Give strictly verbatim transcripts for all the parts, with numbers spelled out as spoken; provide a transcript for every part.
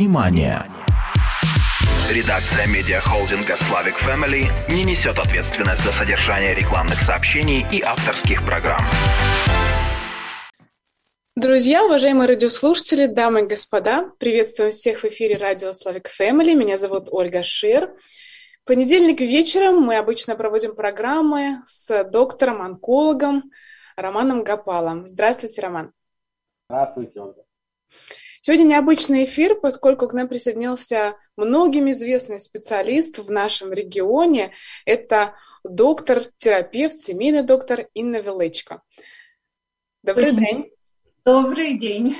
Внимание! Редакция медиахолдинга Slavic Family не несет ответственность за содержание рекламных сообщений и авторских программ. Друзья, уважаемые радиослушатели, дамы и господа, приветствуем всех в эфире радио Slavic Family. Меня зовут Ольга Шир. В понедельник вечером мы обычно проводим программы с доктором-онкологом Романом Гопалом. Здравствуйте, Роман. Здравствуйте, Ольга. Сегодня необычный эфир, поскольку к нам присоединился многим известный специалист в нашем регионе. Это доктор-терапевт, семейный доктор Инна Величко. Добрый Очень... день. Добрый день.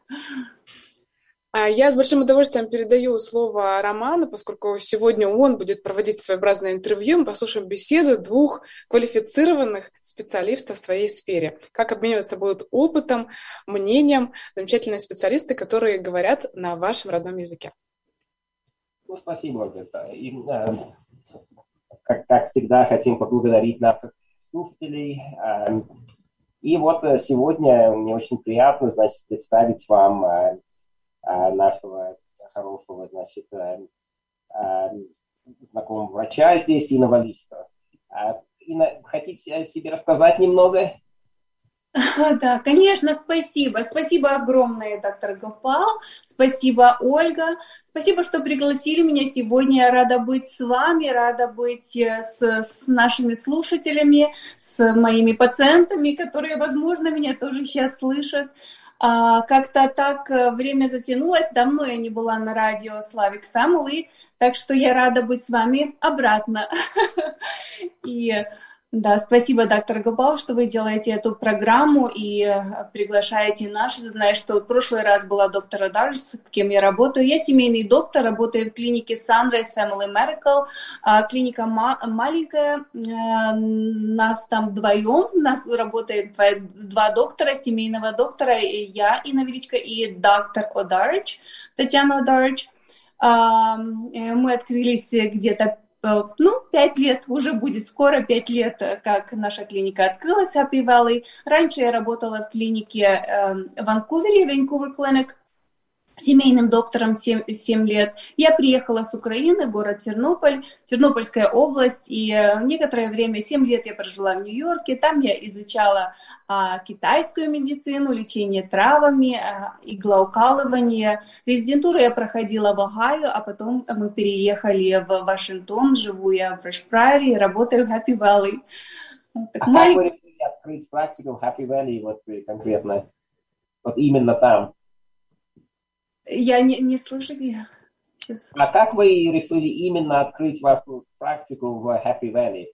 Я с большим удовольствием передаю слово Роману, поскольку сегодня он будет проводить своеобразное интервью. Мы послушаем беседу двух квалифицированных специалистов в своей сфере. Как обмениваться будут опытом, мнением замечательные специалисты, которые говорят на вашем родном языке. Ну, спасибо, Ольга. И, э, как, как всегда, хотим поблагодарить наших слушателей. Э, и вот сегодня мне очень приятно, значит, представить вам э, нашего хорошего, значит, знакомого врача здесь, Инна Величко. Инна, хотите о себе рассказать немного? Да, конечно, спасибо. Спасибо огромное, доктор Гопал. Спасибо, Ольга. Спасибо, что пригласили меня сегодня. Я рада быть с вами, рада быть с, с нашими слушателями, с моими пациентами, которые, возможно, меня тоже сейчас слышат. А, как-то так время затянулось, давно я не была на радио Slavic Family, так что я рада быть с вами обратно. И да, спасибо, доктор Гопал, что вы делаете эту программу и приглашаете нас. Знаю, что в прошлый раз была доктор Одарч, с кем я работаю. Я семейный доктор, работаю в клинике Sunrise Family Medical. Клиника маленькая, нас там вдвоем, у нас работает два доктора, семейного доктора, я, Инна Величко, и доктор Одарч, Татьяна Одарч. Мы открылись где-то Ну, пять лет, уже будет скоро пять лет, как наша клиника открылась, Happy Valley. Раньше я работала в клинике э, в Ванкувере, Vancouver Clinic, семейным доктором семь лет. Я приехала с Украины, город Тернополь, Тернопольская область, и э, некоторое время, семь лет я прожила в Нью-Йорке. Там я изучала а, китайскую медицину, лечение травами, а, иглоукалывание. Резидентуру я проходила в Огайо, а потом мы переехали в Вашингтон, живу я в Rush-Prairie, работаю в Happy Valley. Так, а малень... как вы решили открыть практику в Happy Valley вот конкретно? Вот именно там? Я не, не слышу. Я... А как вы решили именно открыть вашу практику в Happy Valley?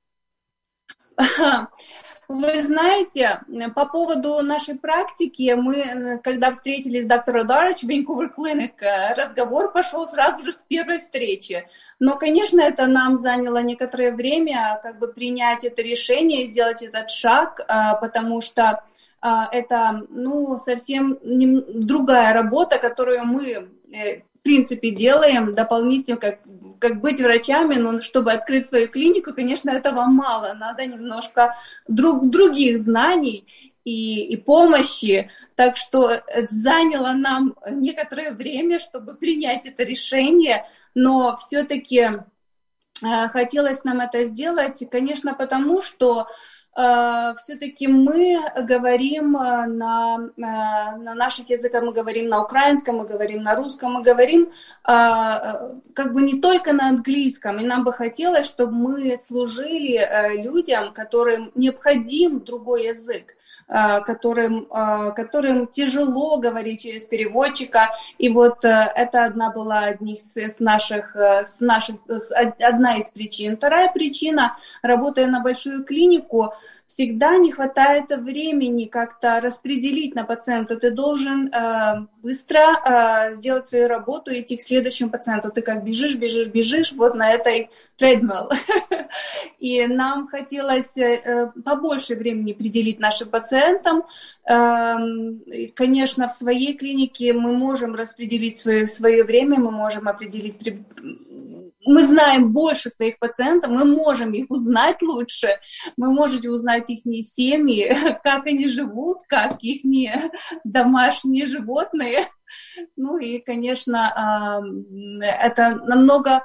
Вы знаете, по поводу нашей практики, мы, когда встретились с доктором Одарч в Vancouver Clinic, разговор пошел сразу же с первой встречи. Но, конечно, это нам заняло некоторое время, как бы принять это решение, сделать этот шаг, потому что это, ну, совсем другая работа, которую мы, в принципе, делаем дополнительно, как, как быть врачами, но чтобы открыть свою клинику, конечно, этого мало. Надо немножко друг, других знаний и, и помощи. Так что это заняло нам некоторое время, чтобы принять это решение, но все-таки э, хотелось нам это сделать, конечно, потому что Uh, все-таки мы говорим на, на наших языках, мы говорим на украинском, мы говорим на русском, мы говорим uh, как бы не только на английском. И нам бы хотелось, чтобы мы служили uh, людям, которым необходим другой язык, uh, которым, uh, которым тяжело говорить через переводчика. И вот uh, это одна была одних с наших, с наших, одна из причин. Вторая причина, работая на большую клинику, всегда не хватает времени как-то распределить на пациента. Ты должен э, быстро э, сделать свою работу и идти к следующему пациенту. Ты как бежишь, бежишь, бежишь вот на этой treadmill. И нам хотелось э, побольше времени уделить нашим пациентам. Э, конечно, в своей клинике мы можем распределить свое, свое время, мы можем определить... Мы знаем больше своих пациентов, мы можем их узнать лучше, мы можем узнать их семьи, как они живут, как их домашние животные. Ну и, конечно, это намного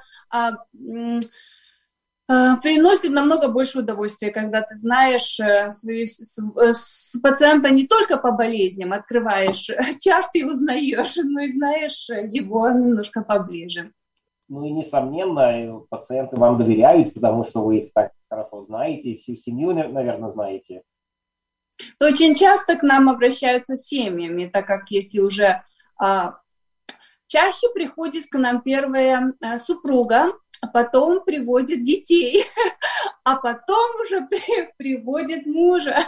приносит намного больше удовольствия, когда ты знаешь свою, с пациента не только по болезням, открываешь чарт и узнаешь, но и знаешь его немножко поближе. Ну и, несомненно, пациенты вам доверяют, потому что вы их так хорошо знаете, всю семью, наверное, знаете. Очень часто к нам обращаются семьями, так как если уже а, чаще приходит к нам первая а, супруга, а потом приводит детей, а потом уже при, приводит мужа.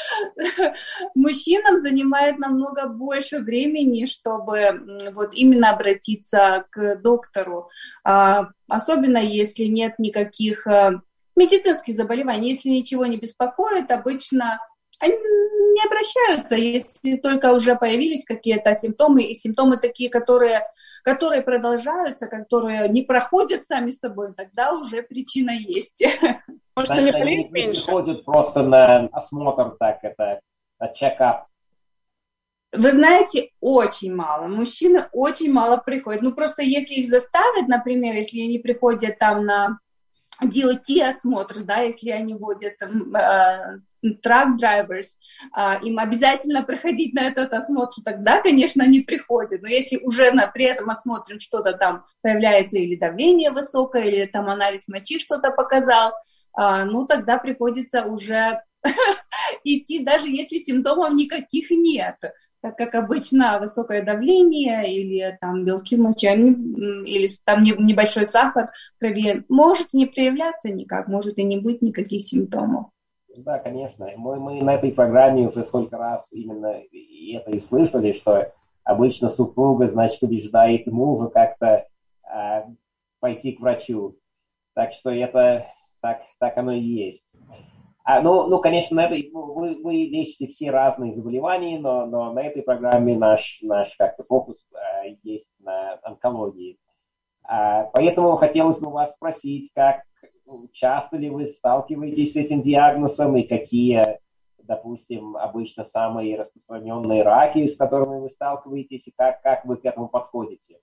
Мужчинам занимает намного больше времени, чтобы вот именно обратиться к доктору, а, особенно если нет никаких а, медицинских заболеваний, если ничего не беспокоит, обычно они не обращаются, если только уже появились какие-то симптомы, и симптомы такие, которые, которые продолжаются, которые не проходят сами собой, тогда уже причина есть. Может, Значит, они они меньше? приходят просто на осмотр, так это, на чекап. Вы знаете, очень мало. Мужчины очень мало приходят. Ну, просто если их заставят, например, если они приходят там на делать те осмотры, да, если они водят э, трак-драйверс, э, им обязательно проходить на этот осмотр, тогда, конечно, они приходят. Но если уже на, при этом осмотрим что-то там появляется, или давление высокое, или там анализ мочи что-то показал, э, ну, тогда приходится уже идти, даже если симптомов никаких нет. Так как обычно высокое давление или там белки в моче, или там небольшой сахар в крови может не проявляться никак, может и не быть никаких симптомов. Да, конечно. Мы, мы на этой программе уже сколько раз именно это и слышали, что обычно супруга, значит, убеждает мужа как-то э, пойти к врачу. Так что это так, так оно и есть. А, ну, ну, конечно, на этой, вы, вы лечите все разные заболевания, но, но на этой программе наш, наш как-то фокус а, есть на онкологии. А, поэтому хотелось бы вас спросить, как часто ли вы сталкиваетесь с этим диагнозом и какие, допустим, обычно самые распространенные раки, с которыми вы сталкиваетесь, и как, как вы к этому подходите?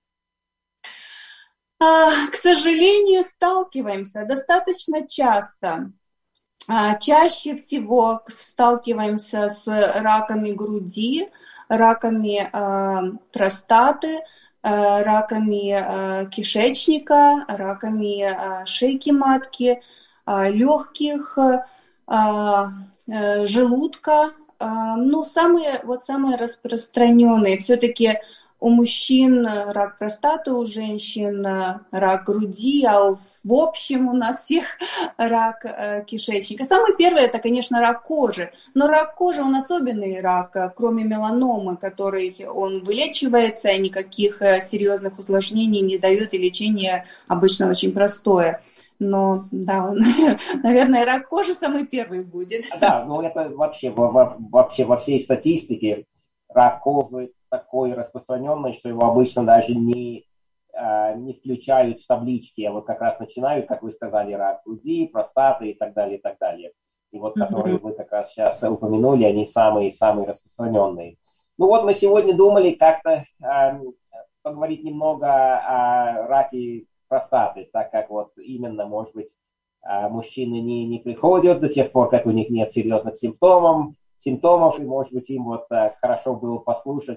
А, к сожалению, сталкиваемся достаточно часто. Чаще всего сталкиваемся с раками груди, раками э, простаты, э, раками э, кишечника, раками э, шейки матки, э, легких, э, э, желудка. Э, ну, самые, вот самые распространенные. Все-таки у мужчин рак простаты, у женщин рак груди, а в общем у нас всех рак э, кишечника. Самый первый это, конечно, рак кожи. Но рак кожи, он особенный рак, кроме меланомы, который он вылечивается, и никаких серьезных осложнений не дает, и лечение обычно очень простое. Но, да, наверное, рак кожи самый первый будет. Да, ну это вообще, вообще во всей статистике рак кожи такой распространенный, что его обычно даже не, э, не включают в таблички, а вот как раз начинают, как вы сказали, рак груди, простаты и так далее, и так далее. И вот mm-hmm. которые вы как раз сейчас упомянули, они самые-самые распространенные. Ну вот мы сегодня думали как-то э, поговорить немного о раке простаты, так как вот именно, может быть, э, мужчины не, не приходят до тех пор, как у них нет серьезных симптомов, симптомов, и, может быть, им вот э, хорошо было послушать,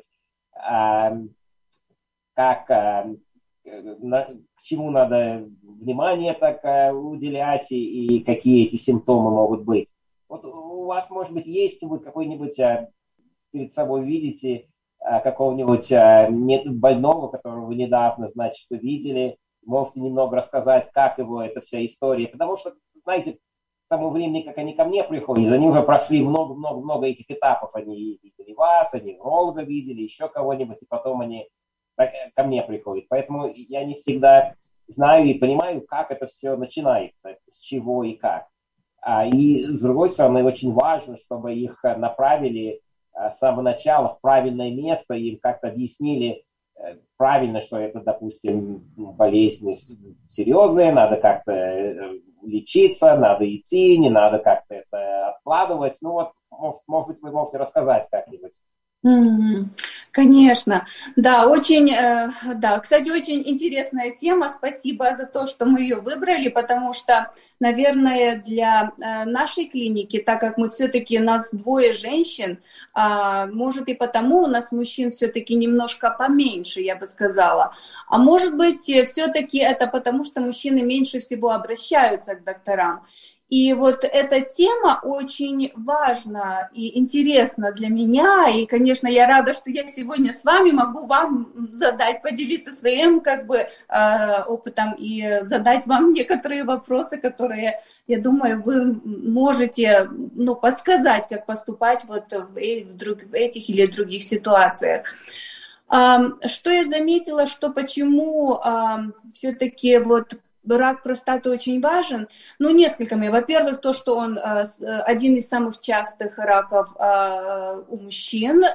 как, к чему надо внимание так уделять и какие эти симптомы могут быть. Вот у вас, может быть, есть вы какой-нибудь перед собой видите какого-нибудь больного, которого вы недавно, значит, видели, можете немного рассказать, как его эта вся история, потому что, знаете, к тому времени, как они ко мне приходят, они уже прошли много-много-много этих этапов. Они видели вас, они невролога видели, еще кого-нибудь, и потом они ко мне приходят. Поэтому я не всегда знаю и понимаю, как это все начинается, с чего и как. И, с другой стороны, очень важно, чтобы их направили с самого начала в правильное место, им как-то объяснили правильно, что это, допустим, болезнь серьезная, надо как-то лечиться, надо идти, не надо как-то это откладывать. Ну вот, может, может быть, вы можете рассказать как-нибудь. Mm-hmm. Конечно, да, очень, да, кстати, очень интересная тема, спасибо за то, что мы ее выбрали, потому что, наверное, для нашей клиники, так как мы все-таки, нас двое женщин, может и потому у нас мужчин все-таки немножко поменьше, я бы сказала, а может быть все-таки это потому, что мужчины меньше всего обращаются к докторам. И вот эта тема очень важна и интересна для меня. И, конечно, я рада, что я сегодня с вами могу вам задать, поделиться своим как бы опытом и задать вам некоторые вопросы, которые, я думаю, вы можете, ну, подсказать, как поступать вот в, в этих или других ситуациях. Что я заметила, что почему все-таки вот рак простаты очень важен, ну, несколькими. Во-первых, то, что он один из самых частых раков у мужчин,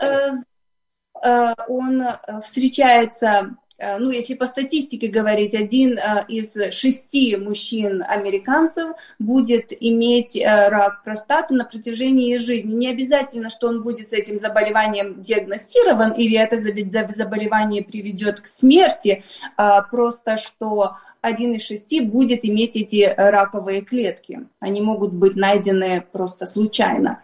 он встречается, ну, если по статистике говорить, один из шести мужчин-американцев будет иметь рак простаты на протяжении жизни. Не обязательно, что он будет с этим заболеванием диагностирован, или это заболевание приведет к смерти, просто что один из шести будет иметь эти раковые клетки. Они могут быть найдены просто случайно.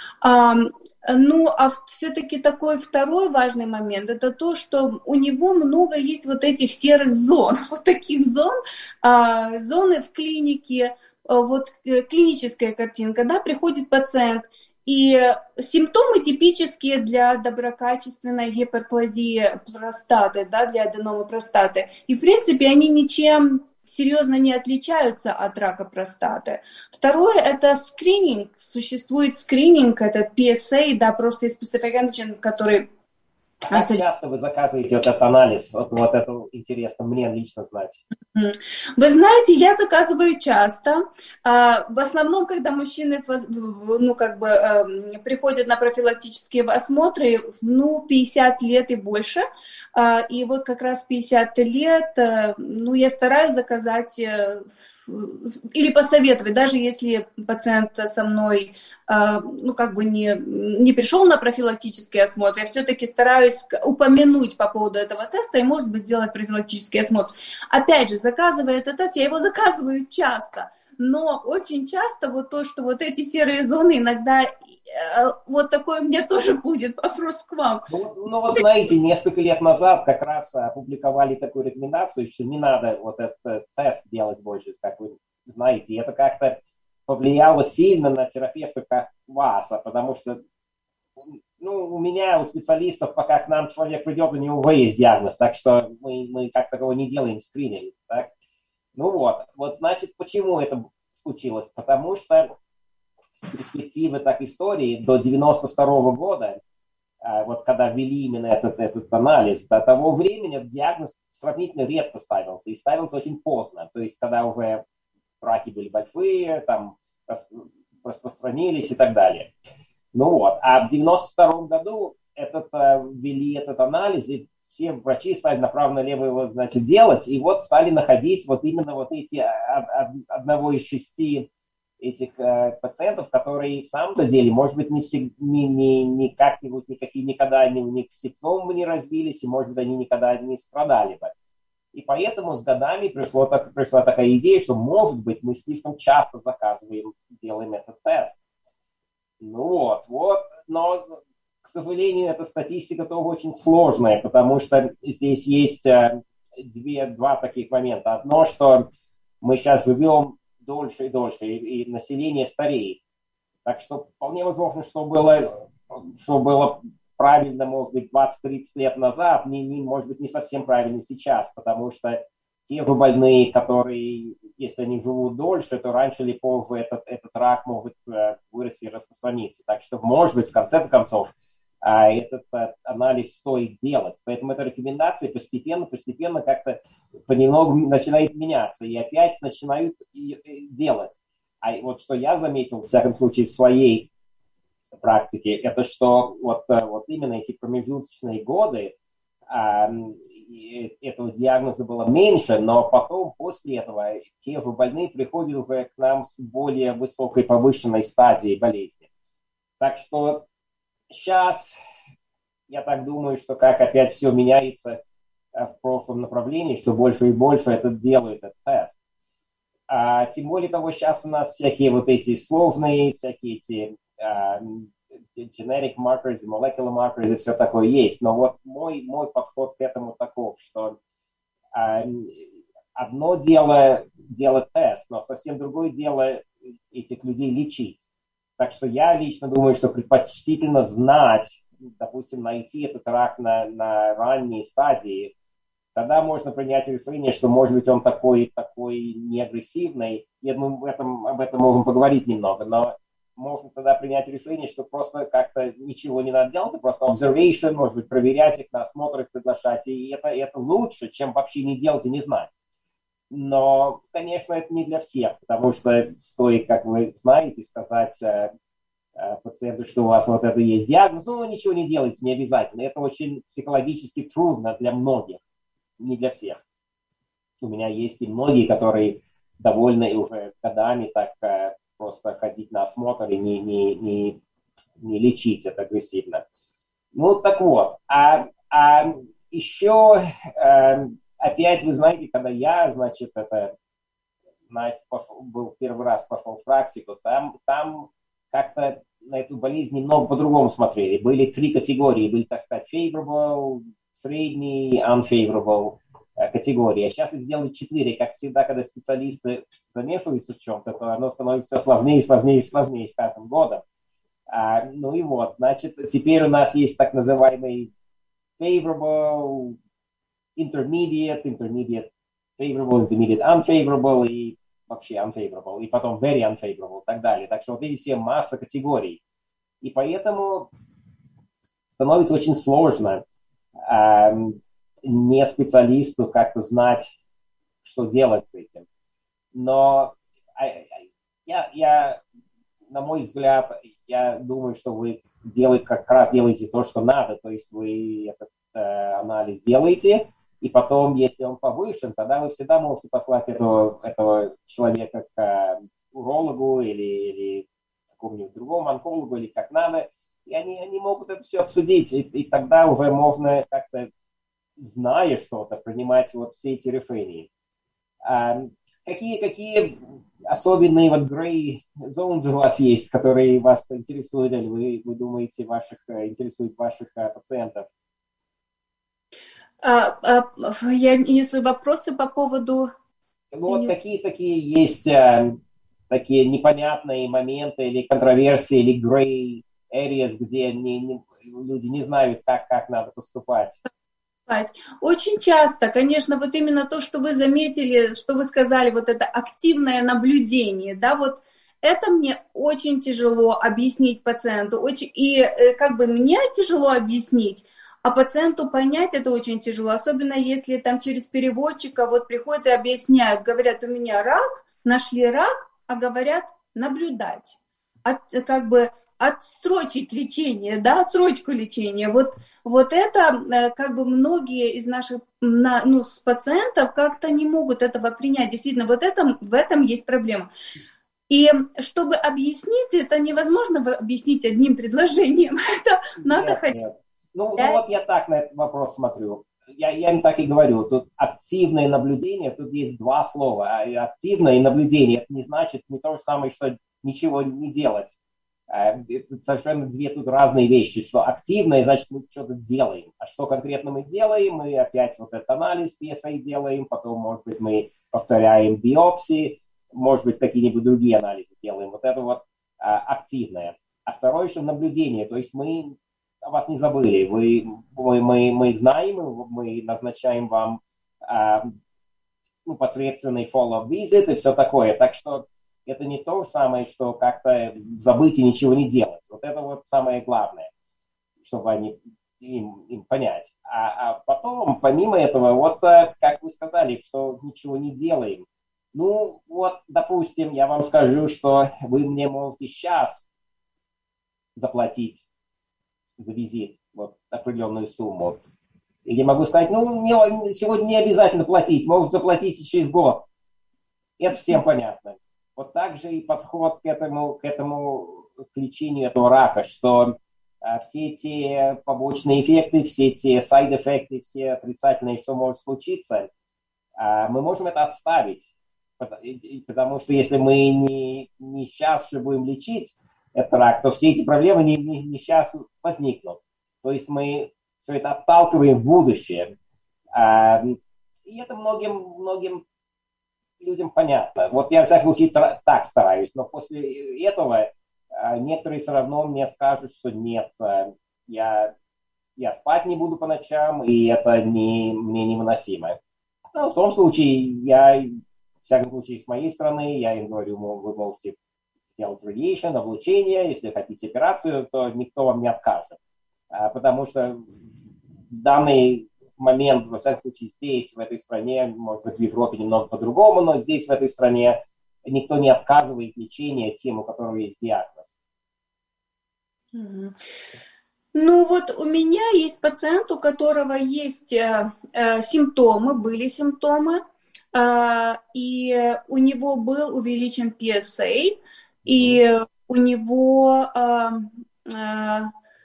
Ну, а все-таки такой второй важный момент, это то, что у него много есть вот этих серых зон, вот таких зон, зоны в клинике, вот клиническая картинка, да, приходит пациент, и симптомы типические для доброкачественной гиперплазии простаты, да, для аденомы простаты. И, в принципе, они ничем серьезно не отличаются от рака простаты. Второе – это скрининг. Существует скрининг, это пи эс эй, да, просто specific antigen, который... Как часто вы заказываете этот анализ? Вот, вот это интересно мне лично знать. Вы знаете, я заказываю часто. В основном, когда мужчины, ну, как бы, приходят на профилактические осмотры, ну, пятьдесят лет и больше. И вот как раз пятьдесят лет, ну, я стараюсь заказать или посоветовать, даже если пациент со мной, ну, как бы не, не пришел на профилактический осмотр, я все-таки стараюсь упомянуть по поводу этого теста и, может быть, сделать профилактический осмотр. Опять же, заказывая этот тест, я его заказываю часто, но очень часто вот то, что вот эти серые зоны иногда, вот такое у меня тоже будет вопрос к вам. Ну, ну вот знаете, несколько лет назад как раз опубликовали такую рекомендацию, что не надо вот этот тест делать больше, как вы знаете, и это как-то повлияло сильно на терапевта как вас, потому что ну, у меня, у специалистов, пока к нам человек придет, у него уже есть диагноз, так что мы, мы как такого не делаем скрининг, так? Ну вот, вот значит, почему это случилось? Потому что с перспективы так истории до девяносто второго года, вот когда ввели именно этот, этот анализ, до того времени диагноз сравнительно редко ставился, и ставился очень поздно, то есть когда уже раки были большие, там распространились и так далее. Ну вот, а в девяносто втором году этот, ввели этот анализ, и все врачи стали направо-налево его, значит, делать, и вот стали находить вот именно вот эти одного из шести этих э, пациентов, которые в самом-то деле, может быть, не, всег, не, не, не как-нибудь, никакие, никогда они, у них симптомы не развились, и, может быть, они никогда не страдали бы. И поэтому с годами пришло, так, пришла такая идея, что, может быть, мы слишком часто заказываем, делаем этот тест. Ну вот, вот, но, к сожалению, эта статистика тоже очень сложная, потому что здесь есть э, две, два таких момента. Одно, что мы сейчас живем дольше и дольше, и, и население стареет. Так что вполне возможно, что было, что было правильно, может быть, двадцать-тридцать лет назад, не, не, может быть, не совсем правильно сейчас, потому что те же больные, которые, если они живут дольше, то раньше или позже этот, этот рак может э, вырасти и распространиться. Так что, может быть, в конце концов, э, этот э, анализ стоит делать. Поэтому эта рекомендация постепенно-постепенно как-то понемногу начинает меняться, и опять начинают и, и делать. А вот что я заметил, в всяком случае, в своей практике, это что вот, вот именно эти промежуточные годы э, этого диагноза было меньше, но потом, после этого, те же больные приходят уже к нам с более высокой повышенной стадией болезни. Так что сейчас я так думаю, что как опять все меняется в прошлом направлении, что больше и больше это делают, этот тест. А, тем более того, сейчас у нас всякие вот эти сложные, всякие эти а, genetic markers, molecular markers и все такое есть. Но вот мой, мой подход к этому таков, что а, одно дело делать тест, но совсем другое дело этих людей лечить. Так что я лично думаю, что предпочтительно знать, допустим, найти этот рак на, на ранней стадии. Тогда можно принять решение, что, может быть, он такой, такой неагрессивный. Я думаю, об этом, об этом можем поговорить немного. Но можно тогда принять решение, что просто как-то ничего не надо делать, просто observation, может быть, проверять их, на осмотр их приглашать. И это, это лучше, чем вообще не делать и не знать. Но, конечно, это не для всех, потому что стоит, как вы знаете, сказать э, э, пациенту, что у вас вот это есть диагноз, ну, ничего не делайте, не обязательно. Это очень психологически трудно для многих. Не для всех. У меня есть и многие, которые довольны уже годами так э, просто ходить на осмотр и не, не, не, не лечить это агрессивно. Ну, так вот. А, а еще, э, опять, вы знаете, когда я, значит, это, значит, пошел, был первый раз пошел в практику, там, там как-то на эту болезнь немного по-другому смотрели. Были три категории. Были, так сказать, favorable, средний, unfavorable категории. А сейчас их сделали четыре. Как всегда, когда специалисты замешиваются в чем-то, то оно становится все сложнее и сложнее и сложнее с каждым годом. А, ну и вот, значит, теперь у нас есть так называемый favorable, intermediate, intermediate, favorable, intermediate, unfavorable и вообще unfavorable. И потом very unfavorable и так далее. Так что вот эти все масса категорий. И поэтому становится очень сложно не специалисту как-то знать, что делать с этим. Но я, я, на мой взгляд, я думаю, что вы делаете, как раз делаете то, что надо. То есть вы этот э, анализ делаете, и потом, если он повышен, тогда вы всегда можете послать этого, этого человека к э, урологу или, или какому-нибудь другому онкологу, или как надо. И они, они могут это все обсудить, и, и тогда уже можно как-то, зная что-то, принимать вот все эти решения. А какие, какие особенные вот gray zones у вас есть, которые вас интересуют, или вы, вы думаете, ваших, интересуют ваших а, пациентов? А, а, я, если вопросы по поводу... Вот какие такие есть а, такие непонятные моменты, или контроверсии, или gray areas, где не, не, люди не знают, как, как надо поступать? Очень часто, конечно, вот именно то, что вы заметили, что вы сказали, вот это активное наблюдение, да, вот это мне очень тяжело объяснить пациенту, очень, и как бы мне тяжело объяснить, а пациенту понять это очень тяжело, особенно если там через переводчика вот приходят и объясняют, говорят, у меня рак, нашли рак, а говорят наблюдать, от, как бы отсрочить лечение, да, отсрочку лечения. Вот, вот это как бы многие из наших ну, пациентов как-то не могут этого принять. Действительно, вот это, в этом есть проблема. И чтобы объяснить, это невозможно объяснить одним предложением. Это надо нет, хотеть. Нет. Ну, ну вот я так на этот вопрос смотрю. Я, я им так и говорю. Тут активное наблюдение, тут есть два слова. Активное и наблюдение. Это не значит не то же самое, что ничего не делать. Это совершенно две тут разные вещи. Что активное, значит, мы что-то делаем. А что конкретно мы делаем? Мы опять вот этот анализ пи эс эй делаем, потом, может быть, мы повторяем биопсии, может быть, какие-нибудь другие анализы делаем. Вот это вот а, активное. А второе еще наблюдение. То есть мы о вас не забыли. Вы, мы, мы, мы знаем, мы назначаем вам а, ну, посредственный follow-up visit и все такое. Так что это не то же самое, что как-то забыть и ничего не делать. Вот это вот самое главное, чтобы они, им, им понять. А, а потом, помимо этого, вот как вы сказали, что ничего не делаем. Ну, вот, допустим, я вам скажу, что вы мне можете сейчас заплатить за визит вот определенную сумму. Или могу сказать, ну, не, сегодня не обязательно платить, могут заплатить через год. Это всем понятно. Вот так же и подход к этому, к этому к лечению этого рака, что все те побочные эффекты, все те сайд-эффекты, все отрицательные, что может случиться, мы можем это отставить. Потому что если мы не, не сейчас же будем лечить этот рак, то все эти проблемы не, не, не сейчас возникнут. То есть мы все это отталкиваем в будущее. И это многим, многим людям понятно. Вот я, в всяком случае, так стараюсь. Но после этого некоторые все равно мне скажут, что нет, я, я спать не буду по ночам, и это не, мне невыносимо. Но в том случае, я, в всяком случае, с моей стороны, я им говорю, вы можете сделать radiation, облучение, если хотите операцию, то никто вам не откажет. Потому что в данный момент, во всяком случае, здесь, в этой стране, может быть, в Европе немного по-другому, но здесь, в этой стране, никто не отказывает лечения тем, у которого есть диагноз. Mm-hmm. Ну вот у меня есть пациент, у которого есть э, э, симптомы, были симптомы, э, и у него был увеличен пи эс эй, и у него э, э,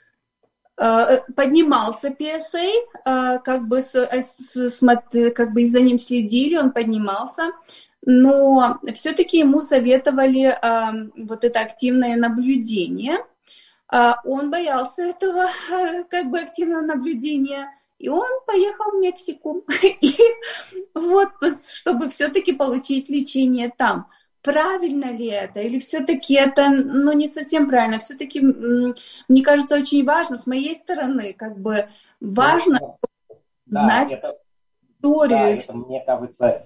э, поднимался пи эс эй, э, как бы, с, с, как бы и за ним следили, он поднимался, но все-таки ему советовали э, вот это активное наблюдение. Он боялся этого как бы активного наблюдения, и он поехал в Мексику, и вот, чтобы все-таки получить лечение там. Правильно ли это? Или все-таки это, ну, не совсем правильно? Все-таки, мне кажется, очень важно, с моей стороны, как бы важно да, знать да, это, историю. Да, это, мне кажется,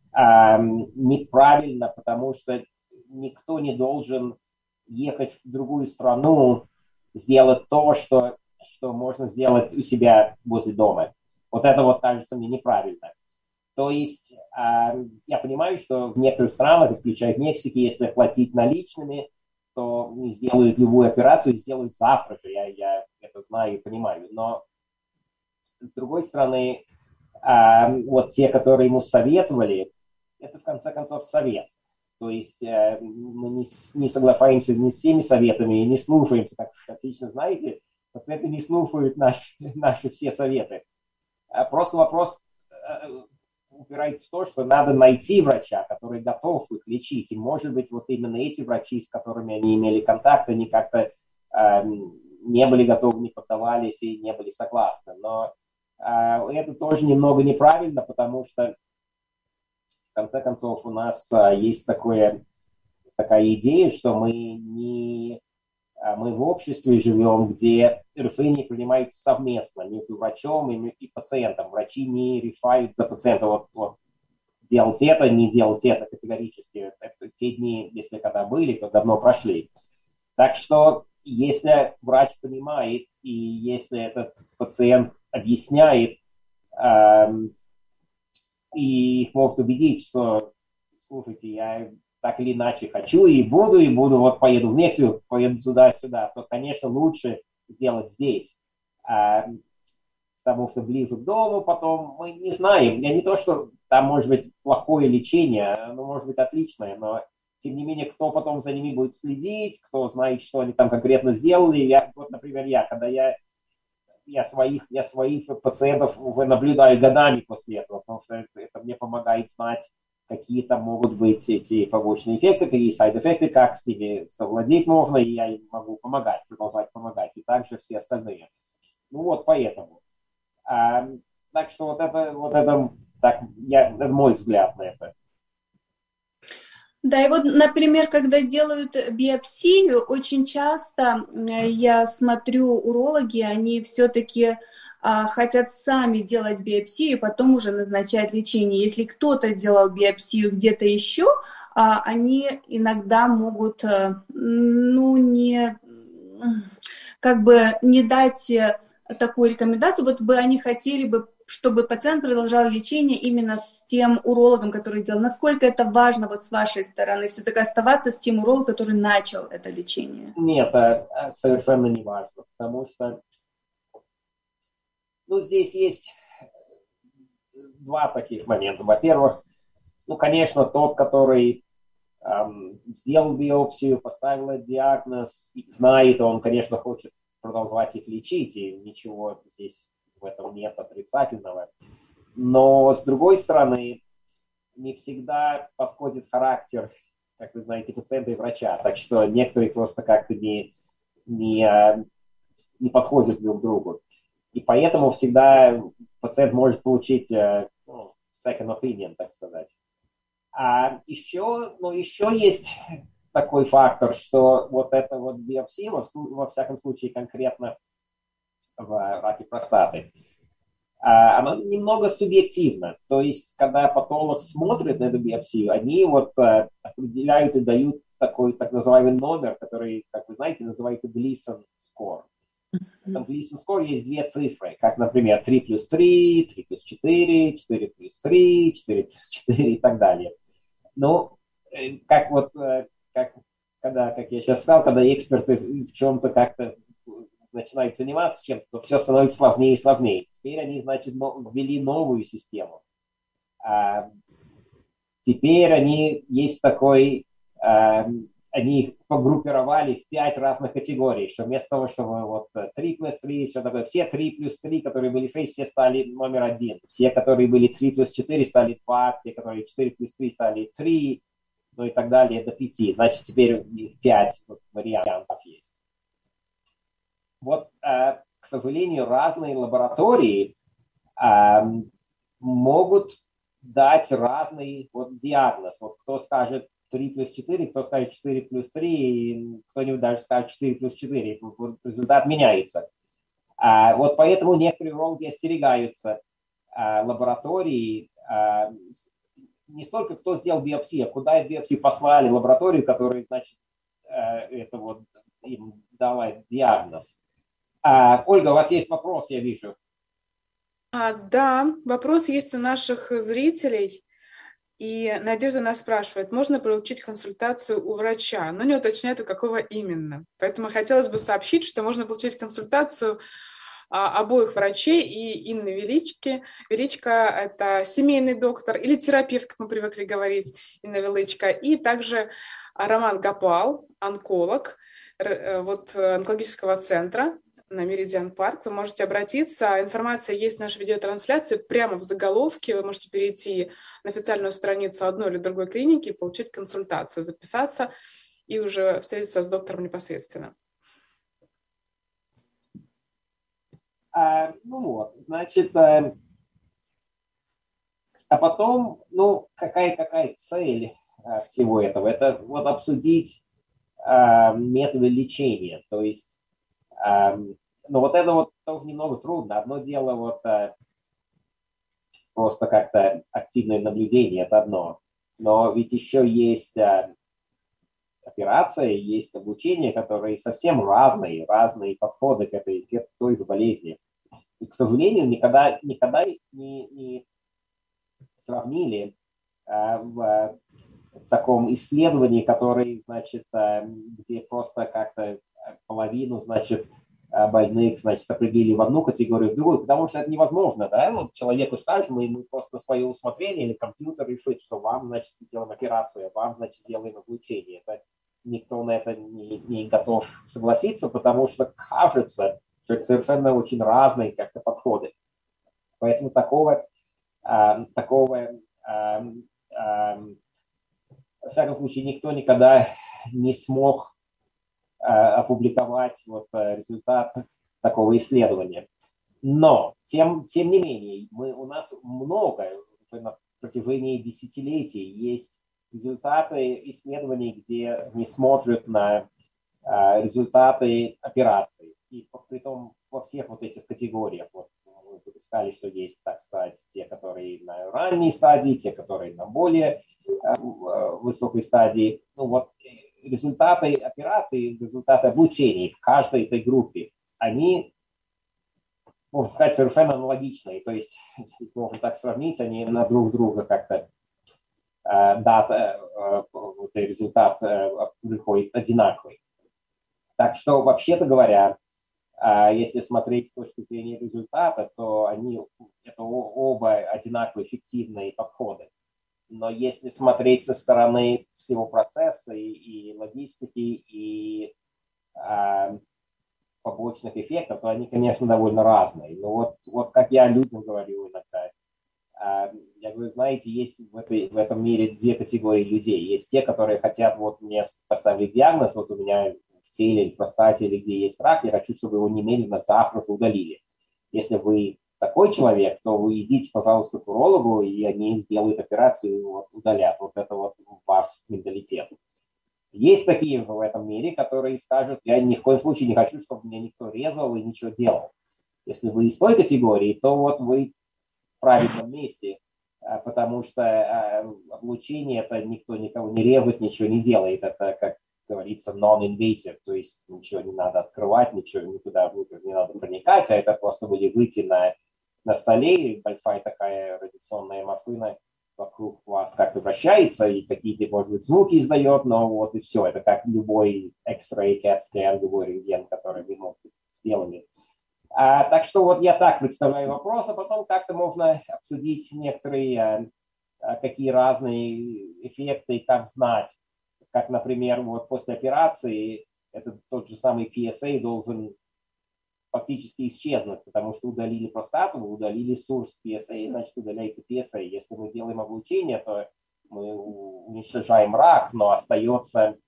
неправильно, потому что никто не должен ехать в другую страну, сделать то, что, что можно сделать у себя возле дома. Вот это вот кажется мне неправильно. То есть э, я понимаю, что в некоторых странах, включая в Мексике, если платить наличными, то сделают любую операцию и сделают завтра же. Я, я это знаю и понимаю. Но с другой стороны, э, вот те, которые ему советовали, это в конце концов совет. То есть э, мы не, не соглашаемся ни с всеми советами и не слушаемся, как отлично знаете, пациенты не слушают наши, наши все советы. А просто вопрос э, упирается в то, что надо найти врача, который готов их лечить. И может быть вот именно эти врачи, с которыми они имели контакт, они как-то э, не были готовы, не поддавались и не были согласны. Но э, это тоже немного неправильно, потому что в конце концов, у нас а, есть такое, такая идея, что мы, не, а, мы в обществе живем, где решение принимается совместно между врачом и, и пациентом. Врачи не решают за пациента, вот, вот делать это, не делать это категорически. Это те дни, если когда были, то давно прошли. Так что, если врач понимает, и если этот пациент объясняет, а, и их может убедить, что, слушайте, я так или иначе хочу и буду, и буду, вот поеду в Мексику, поеду туда-сюда, то, конечно, лучше сделать здесь. А, потому что ближе к дому потом мы не знаем. Я не то, что там может быть плохое лечение, оно может быть отличное, но тем не менее, кто потом за ними будет следить, кто знает, что они там конкретно сделали. Я, вот, например, я, когда я Я своих, я своих пациентов уже наблюдаю годами после этого, потому что это, это мне помогает знать, какие там могут быть эти побочные эффекты, какие сайд-эффекты, как с ними совладеть можно, и я им могу помогать, продолжать помогать, и также все остальные. Ну вот, поэтому. А, так что вот это, вот это, так, я, это мой взгляд на это. Да, и вот, например, когда делают биопсию, очень часто я смотрю, урологи, они все-таки а, хотят сами делать биопсию и потом уже назначать лечение. Если кто-то делал биопсию где-то еще, а, они иногда могут, ну, не, как бы не дать такую рекомендацию, вот бы они хотели бы, чтобы пациент продолжал лечение именно с тем урологом, который делал. Насколько это важно вот с вашей стороны, все-таки оставаться с тем урологом, который начал это лечение? Нет, это совершенно не важно, потому что ну, здесь есть два таких момента. Во-первых, ну, конечно, тот, который эм, сделал биопсию, поставил диагноз, знает, он, конечно, хочет продолжать их лечить, и ничего здесь в этом нет отрицательного. Но, с другой стороны, не всегда подходит характер, как вы знаете, пациента и врача. Так что некоторые просто как-то не, не, не подходят друг к другу. И поэтому всегда пациент может получить ну, second opinion, так сказать. А еще, ну, еще есть такой фактор, что вот эта вот биопсия, во всяком случае конкретно в раке простаты, она немного субъективна. То есть, когда патолог смотрит на эту биопсию, они вот определяют и дают такой так называемый номер, который, как вы знаете, называется Gleason score. В этом Gleason score есть две цифры, как, например, три плюс три, три плюс четыре, четыре плюс три, четыре плюс четыре и так далее. Ну, как вот, как, когда, как я сейчас сказал, когда эксперты в чем-то как-то начинают заниматься чем-то, то все становится сложнее и сложнее. Теперь они, значит, ввели новую систему. А теперь они есть такой, а, они их погруппировали в пять разных категорий, что вместо того, чтобы вот три плюс три, все такое, все три плюс три, которые были шесть, все стали номер один. Все, которые были три плюс четыре, стали два, те, которые четыре плюс три, стали три, ну и так далее, до пяти. Значит, теперь пять вот, вариантов есть. Вот, э, к сожалению, разные лаборатории э, могут дать разный вот, диагноз. Вот кто скажет три плюс четыре, кто скажет четыре плюс три, кто-нибудь даже скажет четыре плюс четыре. Вот, результат меняется. А, вот поэтому некоторые урологи остерегаются а, лаборатории, а, не столько кто сделал биопсию, а куда эту биопсию послали, лабораторию, которая, значит, а, это вот им дала диагноз. А, Ольга, у вас есть вопрос, я вижу. А, да, вопрос есть у наших зрителей. И Надежда нас спрашивает, можно получить консультацию у врача, но не уточняет, у какого именно. Поэтому хотелось бы сообщить, что можно получить консультацию а, обоих врачей и Инны Велички. Величко – это семейный доктор или терапевт, как мы привыкли говорить, Инна Величко. И также Роман Гапал, онколог вот, онкологического центра на Меридиан Парк. Вы можете обратиться. Информация есть в нашей видеотрансляции прямо в заголовке. Вы можете перейти на официальную страницу одной или другой клиники и получить консультацию, записаться и уже встретиться с доктором непосредственно. А, ну вот, значит, а, а потом, ну, какая, какая цель а, всего этого? Это вот обсудить а, методы лечения, то есть Um, но вот это вот тоже немного трудно. Одно дело вот uh, просто как-то активное наблюдение, это одно. Но ведь еще есть uh, операция, есть обучение, которые совсем разные, разные подходы к этой к той же болезни. И, к сожалению, никогда, никогда не, не сравнили uh, в, в таком исследовании, который, значит, uh, где просто как-то половину, значит, больных, значит, определили в одну категорию, в другую, потому что это невозможно, да, вот человеку скажем, и мы просто на свое усмотрение или компьютер решит, что вам, значит, сделаем операцию, а вам, значит, сделаем облучение. Это никто на это не, не готов согласиться, потому что кажется, что это совершенно очень разные как-то подходы. Поэтому такого, э, такого, э, э, во всяком случае, никто никогда не смог опубликовать вот результат такого исследования. Но, тем, тем не менее, мы, у нас много, на протяжении десятилетий есть результаты исследований, где не смотрят на а, результаты операций. И при том во всех вот этих категориях. Вот, мы сказали, что есть, так сказать, те, которые на ранней стадии, те, которые на более а, высокой стадии. Ну, вот, результаты операции, результаты облучений в каждой этой группе, они, можно сказать, совершенно аналогичные. То есть, можно так сравнить, они на друг друга как-то э, дата, э, э, результат э, приходит одинаковый. Так что, вообще-то говоря, э, если смотреть с точки зрения результата, то они, это оба одинаково эффективные подходы. Но если смотреть со стороны всего процесса и, и логистики, и э, побочных эффектов, то они, конечно, довольно разные. Но вот, вот как я людям говорю иногда, я говорю, знаете, есть в, этой, в этом мире две категории людей. Есть те, которые хотят вот мне поставить диагноз, вот у меня в теле, в простате или где есть рак, я хочу, чтобы его немедленно завтра удалили. Если вы такой человек, то вы идите, пожалуйста, к урологу, и они сделают операцию и вот удалят. Вот это вот ваш менталитет. Есть такие в этом мире, которые скажут, я ни в коем случае не хочу, чтобы меня никто резал и ничего делал. Если вы из той категории, то вот вы в правильном месте, потому что облучение это никто никого не режет, ничего не делает. Это, как говорится, non-invasive, то есть ничего не надо открывать, ничего никуда не надо проникать, а это просто вы лежите на, на столе, большая такая радиационная машина вокруг вас как-то вращается, и какие-то, может быть, звуки издает, но вот и все. Это как любой X-ray, кэт скан, любой рентген, который вы можете сделать. А, так что вот я так представляю вопрос, а потом как-то можно обсудить некоторые, а, какие разные эффекты, как знать. Как, например, вот после операции этот тот же самый пи эс эй должен фактически исчезнуть, потому что удалили простату, удалили source пи эс эй, значит удаляется пи эс эй. Если мы делаем облучение, то мы уничтожаем рак, но остается,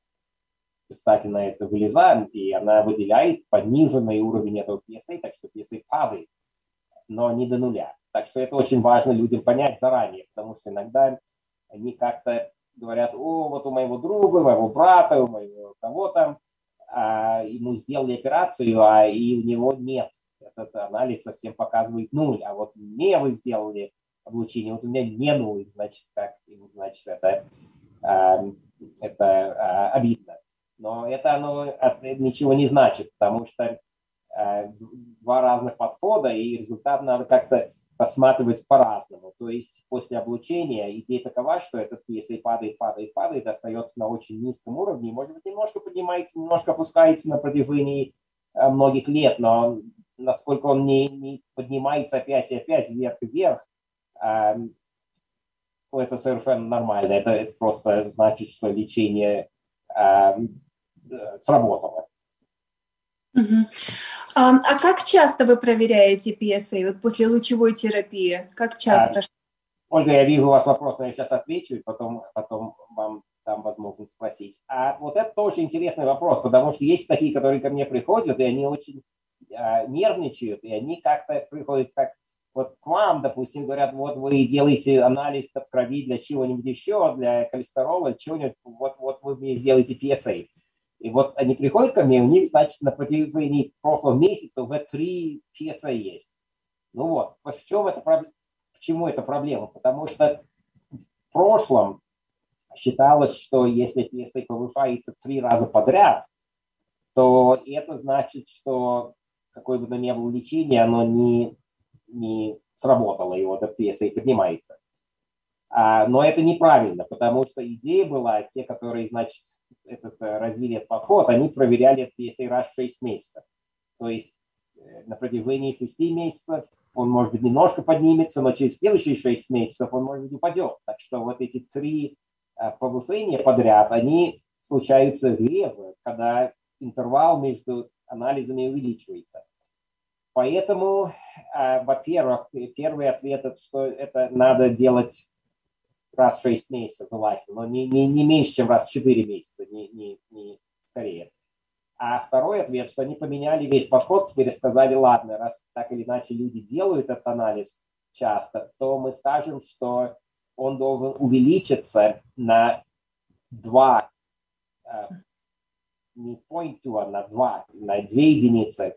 кстати, на это вылезает, и она выделяет пониженный уровень этого пи эс эй, так что пи эс эй падает, но не до нуля. Так что это очень важно людям понять заранее, потому что иногда они как-то говорят, о, вот у моего друга, у моего брата, у моего кого-то, а, ему сделали операцию, а и у него нет. Этот анализ совсем показывает нуль, а вот мне вы сделали облучение, вот у меня не нуль, значит, как, значит, это, а, это а, обидно. Но это оно ничего не значит, потому что а, два разных подхода, и результат надо как-то посматривать по-разному. То есть после облучения идея такова, что этот пи эс эй падает, падает, падает, остается на очень низком уровне, может быть, немножко поднимается, немножко опускается на протяжении э, многих лет, но насколько он не, не поднимается опять и опять вверх и вверх, э, это совершенно нормально. Это, это просто значит, что лечение э, сработало. Uh-huh. А, а как часто вы проверяете пи эс эй вот после лучевой терапии? Как часто? А, Ольга, я вижу у вас вопрос, но я сейчас отвечу, и потом, потом вам дам возможность спросить. А вот это тоже интересный вопрос, потому что есть такие, которые ко мне приходят, и они очень а, нервничают, и они как-то приходят как вот к вам, допустим, говорят, вот вы делаете анализ крови для чего-нибудь еще, для холестерола, чего-нибудь, вот, вот вы мне сделаете пи эс эй. И вот они приходят ко мне, у них, значит, на протяжении прошлого месяца уже три пи эс эй есть. Ну вот, в чем это, почему это проблема? Потому что в прошлом считалось, что если пи эс эй повышается три раза подряд, то это значит, что какое бы то ни было лечение, оно не, не сработало, и вот этот пи эс эй поднимается. А, но это неправильно, потому что идея была, те, которые, значит, этот, развили этот подход, они проверяли это пи эс эй раз в шесть месяцев. То есть на протяжении шести месяцев он, может быть, немножко поднимется, но через следующие шесть месяцев он, может быть, упадет. Так что вот эти три повышения подряд, они случаются реже, когда интервал между анализами увеличивается. Поэтому, во-первых, первый ответ, что это надо делать раз в шесть месяцев, желательно, но не, не, не меньше, чем раз в четыре месяца, не, не, не скорее. А второй ответ, что они поменяли весь подход, теперь сказали, ладно, раз так или иначе люди делают этот анализ часто, то мы скажем, что он должен увеличиться на два, не point two, а на два, на две единицы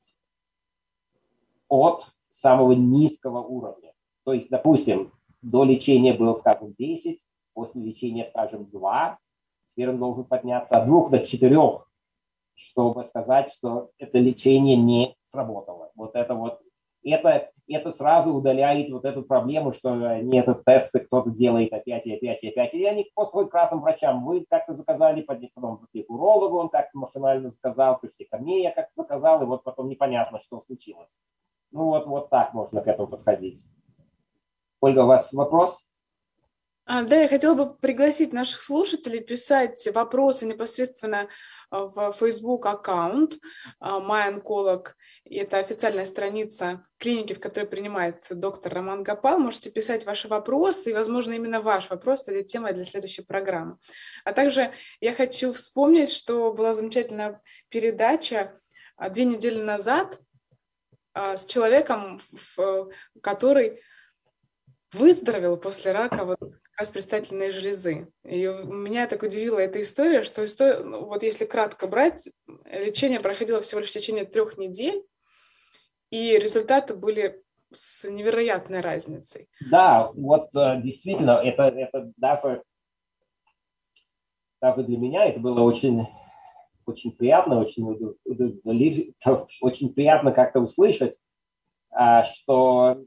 от самого низкого уровня. То есть, допустим, до лечения было, скажем, десять, после лечения, скажем, два, теперь он должен подняться от двух до четырех, чтобы сказать, что это лечение не сработало. Вот это вот, это, это сразу удаляет вот эту проблему, что не этот тест кто-то делает опять и опять и опять. И они после к разным врачам, вы как-то заказали, потом пришли к урологу, он как-то машинально заказал, пришли ко мне, я как-то заказал, и вот потом непонятно, что случилось. Ну вот, вот так можно к этому подходить. Ольга, у вас вопрос? А, да, я хотела бы пригласить наших слушателей писать вопросы непосредственно в Facebook аккаунт MyOncolog. Это официальная страница клиники, в которой принимает доктор Роман Гопал. Можете писать ваши вопросы, и, возможно, именно ваш вопрос станет темой для следующей программы. А также я хочу вспомнить, что была замечательная передача две недели назад с человеком, который выздоровел после рака вот как раз предстательной железы. И меня так удивила эта история, что история, ну, вот если кратко брать, лечение проходило всего лишь в течение трех недель, и результаты были с невероятной разницей. Да, вот действительно, это, это даже, даже для меня это было очень, очень приятно, очень, очень приятно как-то услышать, что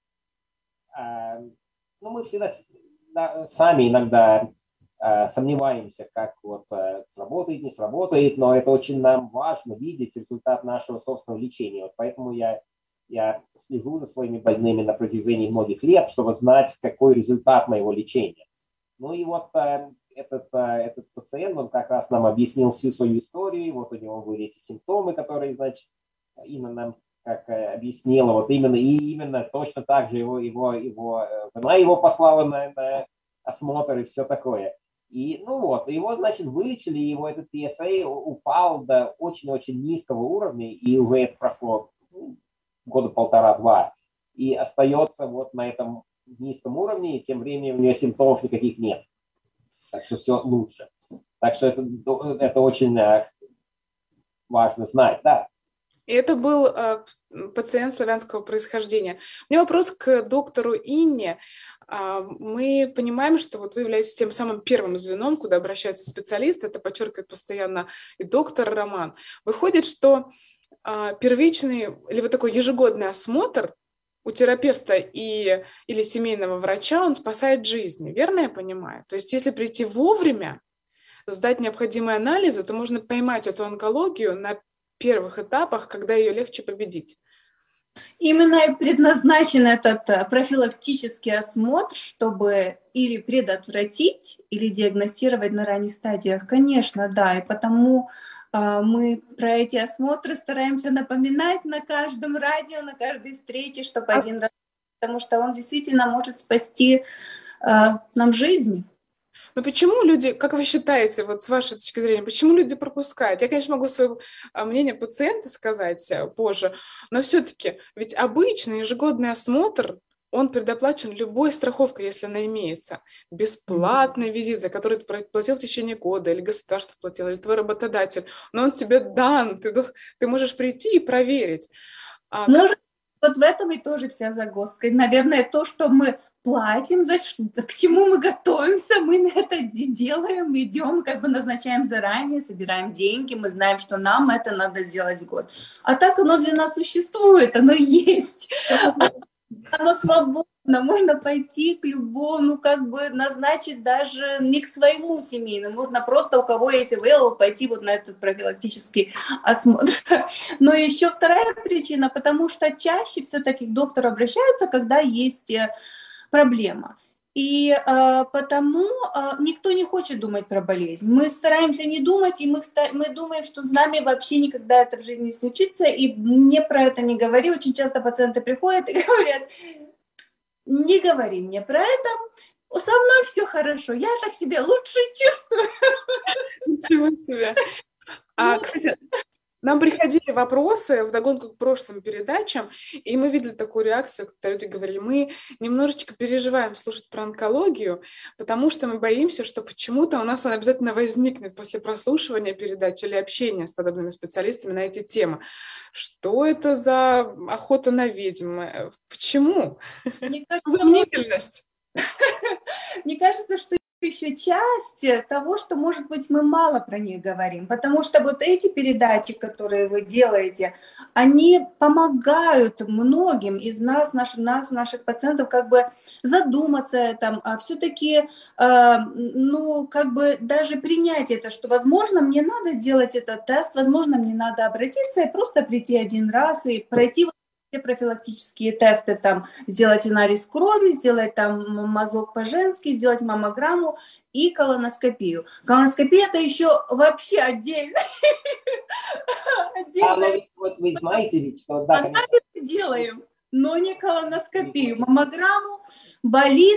ну, мы всегда сами иногда сомневаемся, как вот сработает, не сработает, но это очень нам важно видеть результат нашего собственного лечения. Вот поэтому я, я слежу за своими больными на протяжении многих лет, чтобы знать, какой результат моего лечения. Ну и вот этот, этот пациент, он как раз нам объяснил всю свою историю, вот у него были эти симптомы, которые, значит, именно как объяснила, вот именно и именно точно так же его, его, его жена его послала на, на осмотр и все такое. И ну вот, его, значит, вылечили, его этот пи эс эй упал до очень-очень низкого уровня, и уже это прошло ну, года полтора-два, и остается вот на этом низком уровне, и тем временем у него симптомов никаких нет. Так что все лучше. Так что это, это очень важно знать, да. И это был э, пациент славянского происхождения. У меня вопрос к доктору Инне. Э, мы понимаем, что вот вы являетесь тем самым первым звеном, куда обращаются специалисты. Это подчеркивает постоянно и доктор Роман. Выходит, что э, первичный или вот такой ежегодный осмотр у терапевта и, или семейного врача, он спасает жизни. Верно я понимаю? То есть если прийти вовремя, сдать необходимые анализы, то можно поймать эту онкологию на первых этапах, когда ее легче победить. Именно и предназначен этот профилактический осмотр, чтобы или предотвратить, или диагностировать на ранних стадиях. Конечно, да, и потому э, мы про эти осмотры стараемся напоминать на каждом радио, на каждой встрече, чтобы а... один раз, потому что он действительно может спасти э, нам жизнь. Но почему люди, как вы считаете, вот с вашей точки зрения, почему люди пропускают? Я, конечно, могу свое мнение пациента сказать позже, но все-таки, ведь обычный ежегодный осмотр, он предоплачен любой страховкой, если она имеется. Бесплатный mm-hmm. визит, за который ты платил в течение года, или государство платило, или твой работодатель, но он тебе дан, ты, ты можешь прийти и проверить. А, Может, как... вот в этом и тоже вся загвоздка. Наверное, то, что мы платим, за что, к чему мы готовимся, мы на это делаем, идем, как бы назначаем заранее, собираем деньги, мы знаем, что нам это надо сделать в год. А так оно для нас существует, оно есть, оно свободно, можно пойти к любому, ну как бы назначить даже не к своему семейному, можно просто у кого есть available пойти вот на этот профилактический осмотр. Но еще вторая причина, потому что чаще все-таки к доктору обращаются, когда есть проблема. И э, потому э, никто не хочет думать про болезнь. Мы стараемся не думать, и мы, мы думаем, что с нами вообще никогда это в жизни не случится, и мне про это не говори. Очень часто пациенты приходят и говорят, не говори мне про это, со мной все хорошо, я так себя лучше чувствую. Ничего себе. А, кстати, нам приходили вопросы вдогонку к прошлым передачам, и мы видели такую реакцию, когда люди говорили, мы немножечко переживаем слушать про онкологию, потому что мы боимся, что почему-то у нас она обязательно возникнет после прослушивания передачи или общения с подобными специалистами на эти темы. Что это за охота на ведьм? Почему? Мне кажется, сомнительность. Мне кажется, что еще часть того, что, может быть, мы мало про них говорим, потому что вот эти передачи, которые вы делаете, они помогают многим из нас, наших, нас, наших пациентов, как бы задуматься этом, а все-таки, э, ну, как бы даже принять это, что, возможно, мне надо сделать этот тест, возможно, мне надо обратиться и просто прийти один раз и пройти все профилактические тесты, там, сделать анализ крови, сделать там мазок по-женски, сделать маммограмму и колоноскопию. Колоноскопия это еще вообще отдельно. А, ну, вот вы знаете ведь, что... Да, анализ делаем, но не колоноскопию. Маммограмму болит.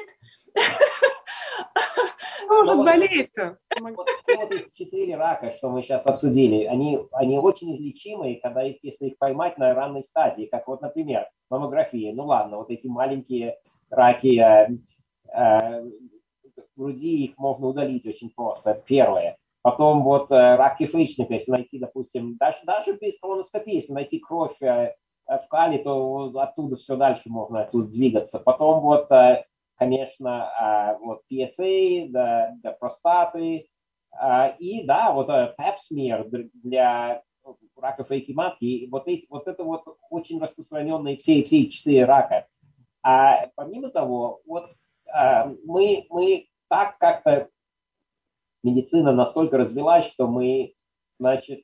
Может болеть-то? Вот все вот эти четыре рака, что мы сейчас обсудили, они, они очень излечимые, когда их, если их поймать на ранней стадии, как вот, например, маммография. Ну ладно, вот эти маленькие раки э, э, груди, их можно удалить очень просто, это первое. Потом вот э, рак кишечника, если найти, допустим, даже, даже без колоноскопии, если найти кровь э, в кале, то оттуда все дальше можно оттуда двигаться. Потом вот... Э, конечно, вот пи эс эй для, для простаты, и да, вот пап-смир для раков шейки матки, вот, эти, вот это вот очень распространенные все, все четыре рака. А помимо того, вот мы, мы так как-то, медицина настолько развилась, что мы, значит,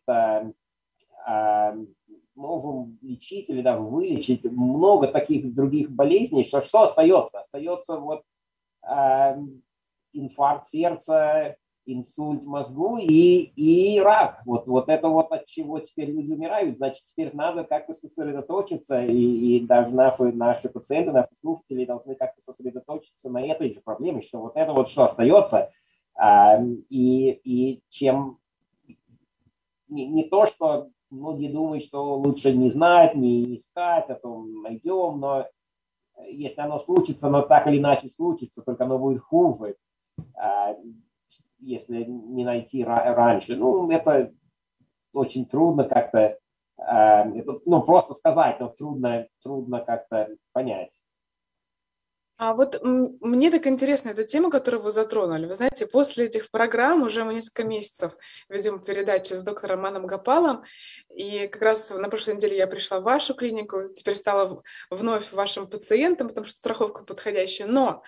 можем лечить или даже вылечить много таких других болезней, что что остается? Остается вот э, инфаркт сердца, инсульт мозгу и, и рак. Вот, вот это вот от чего теперь люди умирают. Значит, теперь надо как-то сосредоточиться, и, и даже наши, наши пациенты, наши слушатели должны как-то сосредоточиться на этой же проблеме, что вот это вот что остается. Э, и, и чем не, не то, что многие думают, что лучше не знать, не искать, а то найдем, но если оно случится, оно так или иначе случится, только оно будет хуже, если не найти раньше. Ну, это очень трудно как-то, ну, просто сказать, но трудно, трудно как-то понять. А вот мне так интересна эта тема, которую вы затронули. Вы знаете, после этих программ уже мы несколько месяцев ведем передачи с доктором Маном Гопалом, и как раз на прошлой неделе я пришла в вашу клинику, теперь стала вновь вашим пациентом, потому что страховка подходящая, но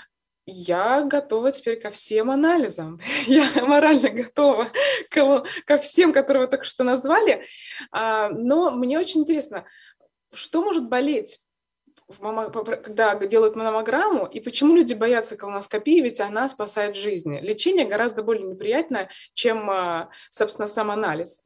я готова теперь ко всем анализам, я морально готова ко, ко всем, которые вы только что назвали, но мне очень интересно, что может болеть, когда делают маммограмму, и почему люди боятся колоноскопии, ведь она спасает жизни. Лечение гораздо более неприятное, чем, собственно, сам анализ.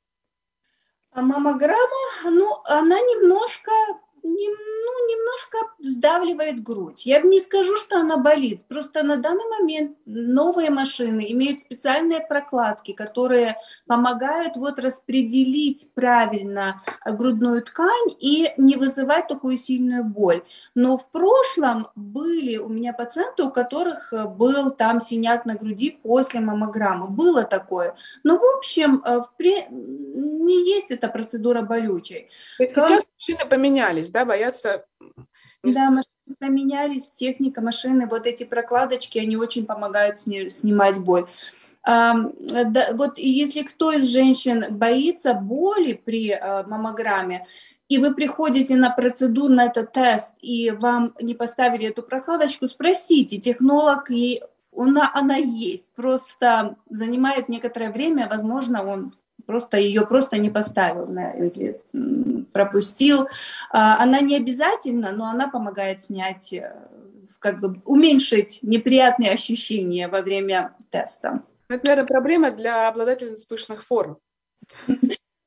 А маммограмма, ну, она немножко, не, ну, немножко сдавливает грудь. Я не скажу, что она болит, просто на данный момент новые машины имеют специальные прокладки, которые помогают вот распределить правильно грудную ткань и не вызывать такую сильную боль. Но в прошлом были у меня пациенты, у которых был там синяк на груди после маммограммы. Было такое. Но в общем, впре... не есть эта процедура болючей. То есть сейчас машины поменялись, да, боятся... Да, машины поменялись, техника машины, вот эти прокладочки, они очень помогают сни... снимать боль. А, да, вот если кто из женщин боится боли при а, маммограмме, и вы приходите на процедуру, на этот тест, и вам не поставили эту прокладочку, спросите, технолог, и она, она есть, просто занимает некоторое время, возможно, он просто ее просто не поставил или пропустил. Она не обязательна, но она помогает снять, как бы уменьшить неприятные ощущения во время теста. Это, наверное, проблема для обладательниц пышных форм. Вы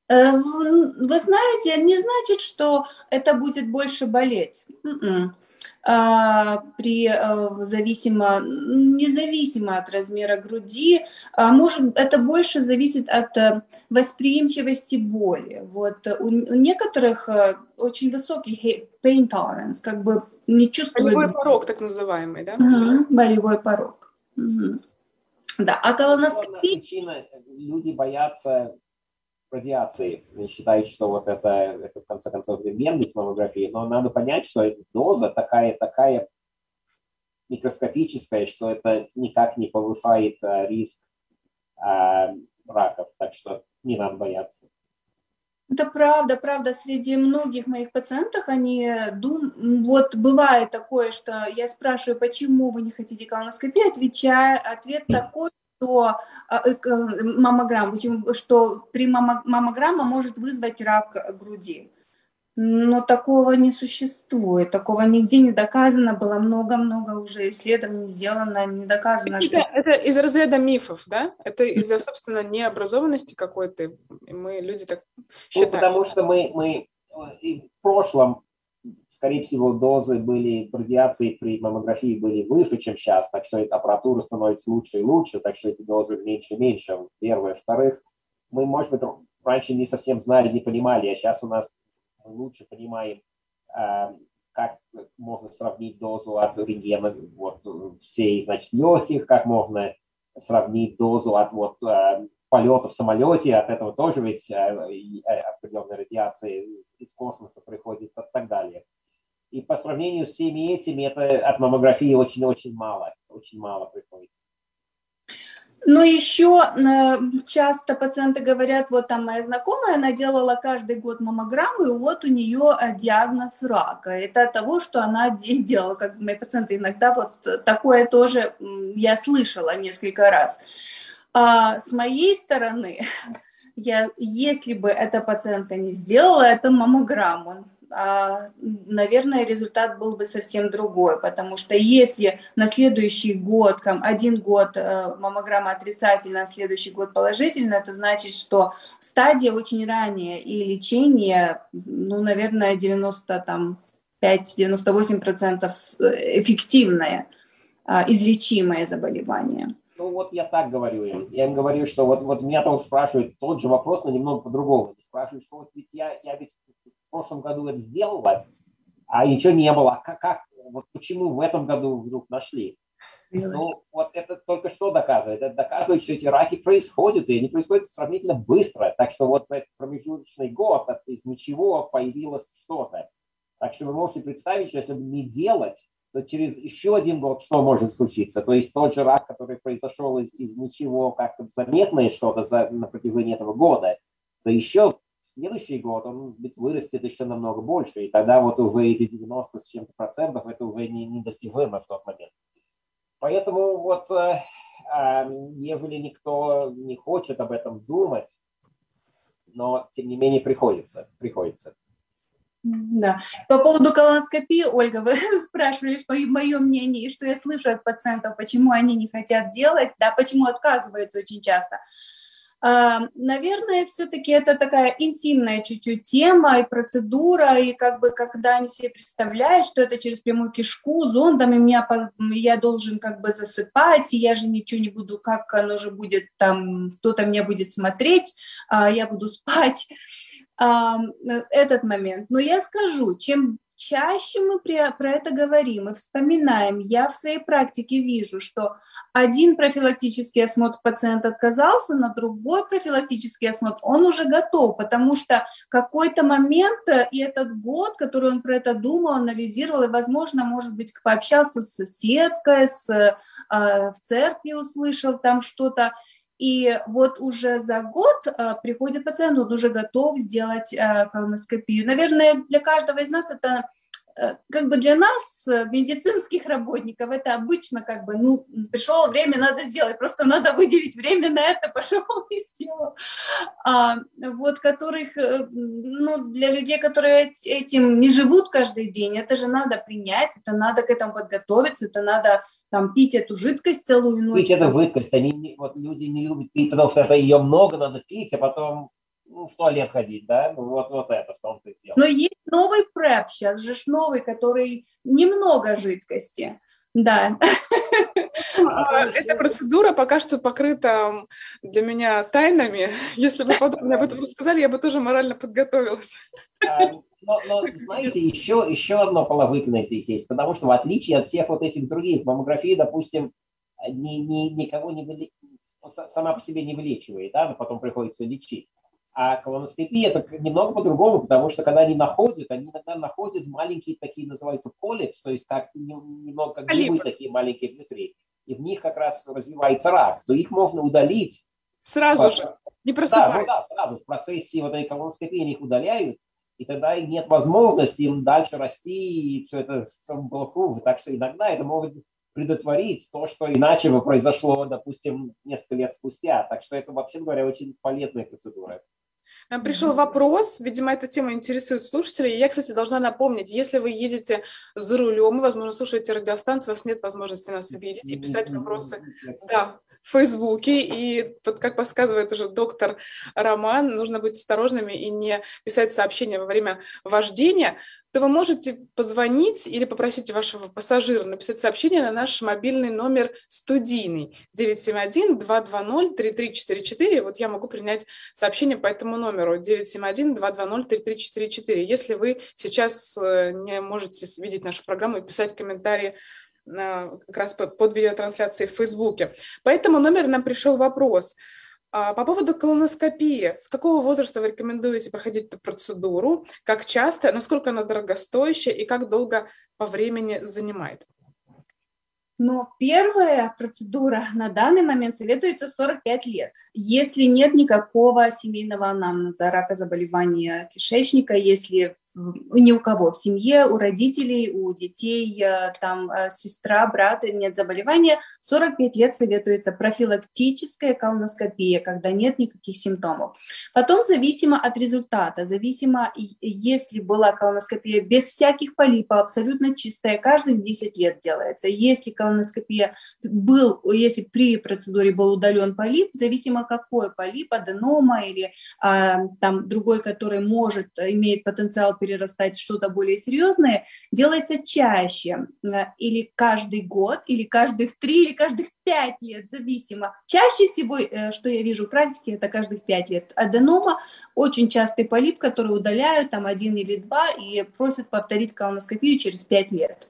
знаете, не значит, что это будет больше болеть. При зависимо, независимо от размера груди, может, это больше зависит от восприимчивости боли. Вот у, у некоторых очень высокий pain tolerance, как бы не чувствуют... Болевой порог, так называемый, да? Угу, болевой порог. Угу. Да, а колоноскопия... Причина, люди боятся радиации. Они считают, что вот это, это в конце концов рентген маммографии, но надо понять, что эта доза такая, такая микроскопическая, что это никак не повышает а, риск а, раков, так что не надо бояться. Это правда, правда, среди многих моих пациентов они думают, вот бывает такое, что я спрашиваю, почему вы не хотите колоноскопию, отвечаю, ответ такой, что маммограмма, что при маммограмма может вызвать рак груди. Но такого не существует, такого нигде не доказано, было много-много уже исследований сделано, не доказано, это, что... Это из разряда мифов, да? Это из-за, собственно, необразованности какой-то, мы, люди так считают. Ну, потому что мы, мы и в прошлом, скорее всего, дозы были, радиации при маммографии были выше, чем сейчас, так что аппаратура становится лучше и лучше, так что эти дозы меньше и меньше, первое. Во-вторых, мы, может быть, раньше не совсем знали, не понимали, а сейчас у нас мы лучше понимаем, э, как можно сравнить дозу от рентгена вот, всей, значит, легких, как можно сравнить дозу от вот, э, полета в самолете, от этого тоже ведь э, определенная радиация из, из космоса приходит и так далее. И по сравнению с всеми этими, это от маммографии очень-очень мало, очень мало приходит. Ну, еще часто пациенты говорят, вот там моя знакомая, она делала каждый год маммограмму, и вот у нее диагноз рака. Это от того, что она делала, как мои пациенты иногда, вот такое тоже я слышала несколько раз. А с моей стороны, я, если бы эта пациентка не сделала эту маммограмму, а, наверное, результат был бы совсем другой, потому что если на следующий год, там, один год э, маммограмма отрицательная, а следующий год положительная, это значит, что стадия очень ранняя, и лечение, ну, наверное, девяносто пять - девяносто восемь процентов эффективное, э, излечимое заболевание. Ну вот я так говорю им. Я им говорю, что вот, вот меня тоже спрашивают тот же вопрос, но немного по-другому. Спрашивают, что вот ведь я, я ведь в прошлом году это сделала, а ничего не было. Как, как, вот почему в этом году вдруг нашли? Ну, вот это только что доказывает. Это доказывает, что эти раки происходят, и они происходят сравнительно быстро. Так что вот за этот промежуточный год из ничего появилось что-то. Так что вы можете представить, что если бы не делать, то через еще один год что может случиться? То есть тот же рак, который произошел из, из ничего, как-то заметное что-то за, на протяжении этого года, за еще следующий год он вырастет еще намного больше, и тогда вот уже эти девяносто с чем-то процентов, это уже не, недостижимо в тот момент. Поэтому вот, э, э, ежели никто не хочет об этом думать, но тем не менее приходится, приходится. Да. По поводу колоноскопии, Ольга, вы спрашивали мое мнение, и что я слышу от пациентов, почему они не хотят делать, да, почему отказываются очень часто. Наверное, все-таки это такая интимная чуть-чуть тема и процедура, и как бы когда они себе представляют, что это через прямую кишку, зондом, и меня, я должен как бы засыпать, и я же ничего не буду, как оно же будет там, кто-то меня будет смотреть, я буду спать, этот момент. Но я скажу, чем чаще мы про это говорим и вспоминаем, я в своей практике вижу, что один профилактический осмотр пациент отказался, на другой профилактический осмотр он уже готов, потому что какой-то момент и этот год, который он про это думал, анализировал, и, возможно, может быть, пообщался с соседкой, с, э, в церкви услышал там что-то, и вот уже за год э, приходит пациент, он уже готов сделать э, колоноскопию. Наверное, для каждого из нас это, э, как бы для нас, медицинских работников, это обычно как бы, ну, пришло время, надо сделать, просто надо выделить время на это, пошел и сделал. А, вот которых, ну, для людей, которые этим не живут каждый день, это же надо принять, это надо к этому подготовиться, это надо там пить эту жидкость целую ночь. Пить эту жидкость, они, вот люди не любят пить, потому что ее много надо пить, а потом ну, в туалет ходить, да, ну, вот, вот это в том-то и дело. Но есть новый преп, сейчас же новый, который немного жидкости, да. Эта процедура пока что покрыта для меня тайнами. Если бы подробно об этом рассказали, я бы тоже морально подготовилась. Но, но знаете, еще, еще одно положительное здесь есть, потому что в отличие от всех вот этих других, маммография, допустим, ни, ни, никого не вылечивает, сама по себе не вылечивает, да, но потом приходится лечить. А колоноскопия это немного по-другому, потому что когда они находят, они иногда находят маленькие такие, называются полипс, то есть как немного как грибы такие маленькие внутри, и в них как раз развивается рак, то их можно удалить. Сразу же, не просыпаясь. Да, ну да, сразу в процессе вот этой колоноскопии их удаляют, и тогда нет возможности им дальше расти, и все это было хуже. Так что иногда это может предотвратить то, что иначе бы произошло, допустим, несколько лет спустя. Так что это, вообще говоря, очень полезная процедура. Нам пришел вопрос, видимо, эта тема интересует слушателей. Я, кстати, должна напомнить, если вы едете за рулем, возможно, слушаете радиостанцию, у вас нет возможности нас видеть и писать вопросы да, в Фейсбуке. И вот, как подсказывает уже доктор Роман, нужно быть осторожными и не писать сообщения во время вождения, то вы можете позвонить или попросить вашего пассажира написать сообщение на наш мобильный номер студийный девять семь один два два ноль три три четыре четыре. Вот я могу принять сообщение по этому номеру девять семь один два два ноль три три четыре четыре. Если вы сейчас не можете видеть нашу программу и писать комментарии как раз под видеотрансляцией в Фейсбуке. По этому номеру нам пришел вопрос. По поводу колоноскопии, с какого возраста вы рекомендуете проходить эту процедуру, как часто, насколько она дорогостоящая и как долго по времени занимает? Но первая процедура на данный момент советуется сорок пять лет. Если нет никакого семейного анамнеза рака заболевания кишечника, если ни у кого в семье, у родителей, у детей, там, сестра, брат, нет заболевания, сорок пять лет советуется профилактическая колоноскопия, когда нет никаких симптомов. Потом зависимо от результата, зависимо, если была колоноскопия без всяких полипов, абсолютно чистая, каждых десять лет делается. Если колоноскопия был, если при процедуре был удален полип, зависимо какой полип, аденома или а, там другой, который может, имеет потенциал перерастать в что-то более серьезное, делается чаще, или каждый год, или каждых три, или каждых пять лет, зависимо. Чаще всего, что я вижу в практике, это каждых пять лет. Аденома – очень частый полип, который удаляют, там один или два, и просят повторить колоноскопию через пять лет.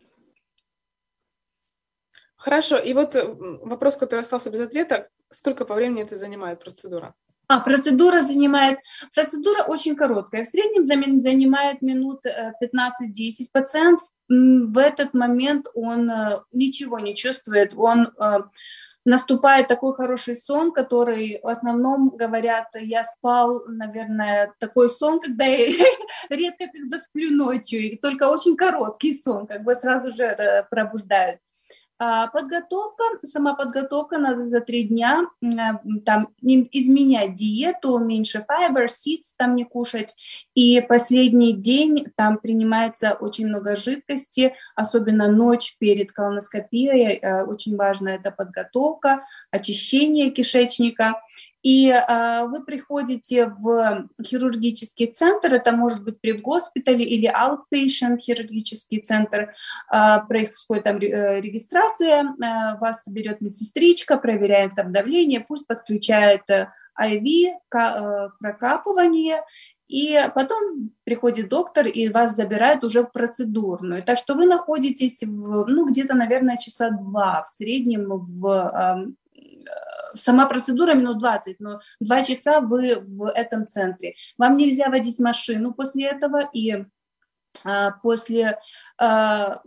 Хорошо, и вот вопрос, который остался без ответа, сколько по времени это занимает процедура? А, процедура занимает, процедура очень короткая, в среднем занимает минут пятнадцать-десять. Пациент в этот момент он ничего не чувствует, он наступает такой хороший сон, который в основном говорят, я спал, наверное, такой сон, когда я редко когда сплю ночью, и только очень короткий сон, как бы сразу же пробуждают. Подготовка, сама подготовка надо за три дня, там изменять диету, меньше fiber, seeds там не кушать, и последний день там принимается очень много жидкости, особенно ночь перед колоноскопией, очень важна эта подготовка, очищение кишечника. И э, вы приходите в хирургический центр, это может быть при госпитале или outpatient хирургический центр, э, происходит там регистрация, э, вас берет медсестричка, проверяет там давление, пульс, подключает ай ви, к, э, прокапывание, и потом приходит доктор и вас забирает уже в процедурную. Так что вы находитесь в, ну, где-то, наверное, часа два в среднем в... Э, Сама процедура минут двадцать, но два часа вы в этом центре. Вам нельзя водить машину после этого, и а, после а,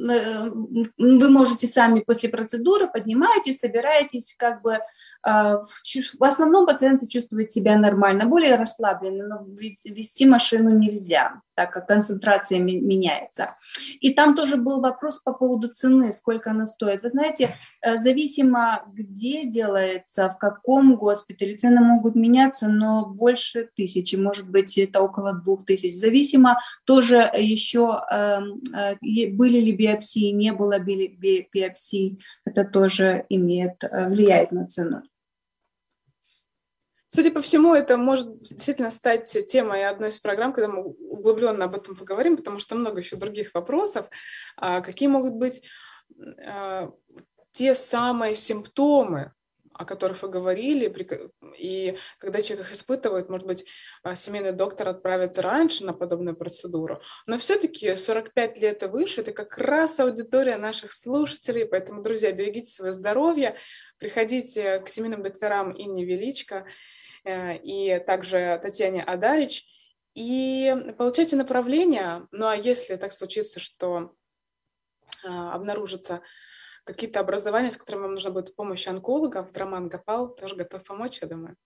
вы можете сами после процедуры поднимаетесь, собираетесь, как бы а, в, в основном пациенты чувствуют себя нормально, более расслабленно, но вести машину нельзя, так как концентрация меняется. И там тоже был вопрос по поводу цены, сколько она стоит. Вы знаете, зависимо где делается, в каком госпитале, цены могут меняться, но больше тысячи, может быть, это около двух тысяч. Зависимо тоже еще, были ли биопсии, не было ли биопсий, это тоже имеет, влияет на цену. Судя по всему, это может действительно стать темой одной из программ, когда мы углубленно об этом поговорим, потому что много еще других вопросов. Какие могут быть те самые симптомы, о которых вы говорили, и когда человек их испытывает, может быть, семейный доктор отправит раньше на подобную процедуру, но все-таки сорок пять лет и выше – это как раз аудитория наших слушателей, поэтому, друзья, берегите свое здоровье, приходите к семейным докторам Инне Величко и также Татьяне Адарич и получайте направление. Ну а если так случится, что обнаружится какие-то образования, с которыми вам нужна будет помощь онкологов, Роман Гопал тоже готов помочь, я думаю.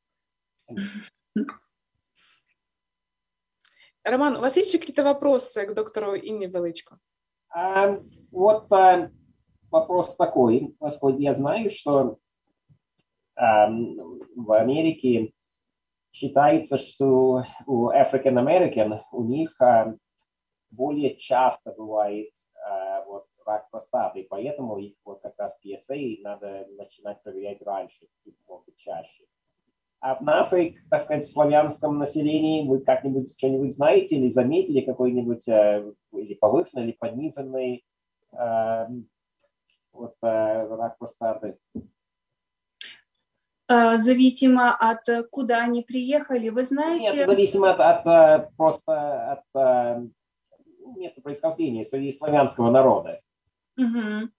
Роман, у вас есть еще какие-то вопросы к доктору Инне Величко? А, вот а, вопрос такой, поскольку я знаю, что а, в Америке считается, что у African American у них а, более часто бывает а, вот, рак простаты, поэтому их вот как раз пи эс эй надо начинать проверять раньше, может быть, чаще. А в нашей, так сказать, в славянском населении вы как-нибудь что-нибудь знаете или заметили какой-нибудь э, или повышенный, или пониженный э, вот, э, рак простаты? Зависимо от куда они приехали, вы знаете? Нет, зависимо от, от просто от места происхождения среди славянского народа. Угу.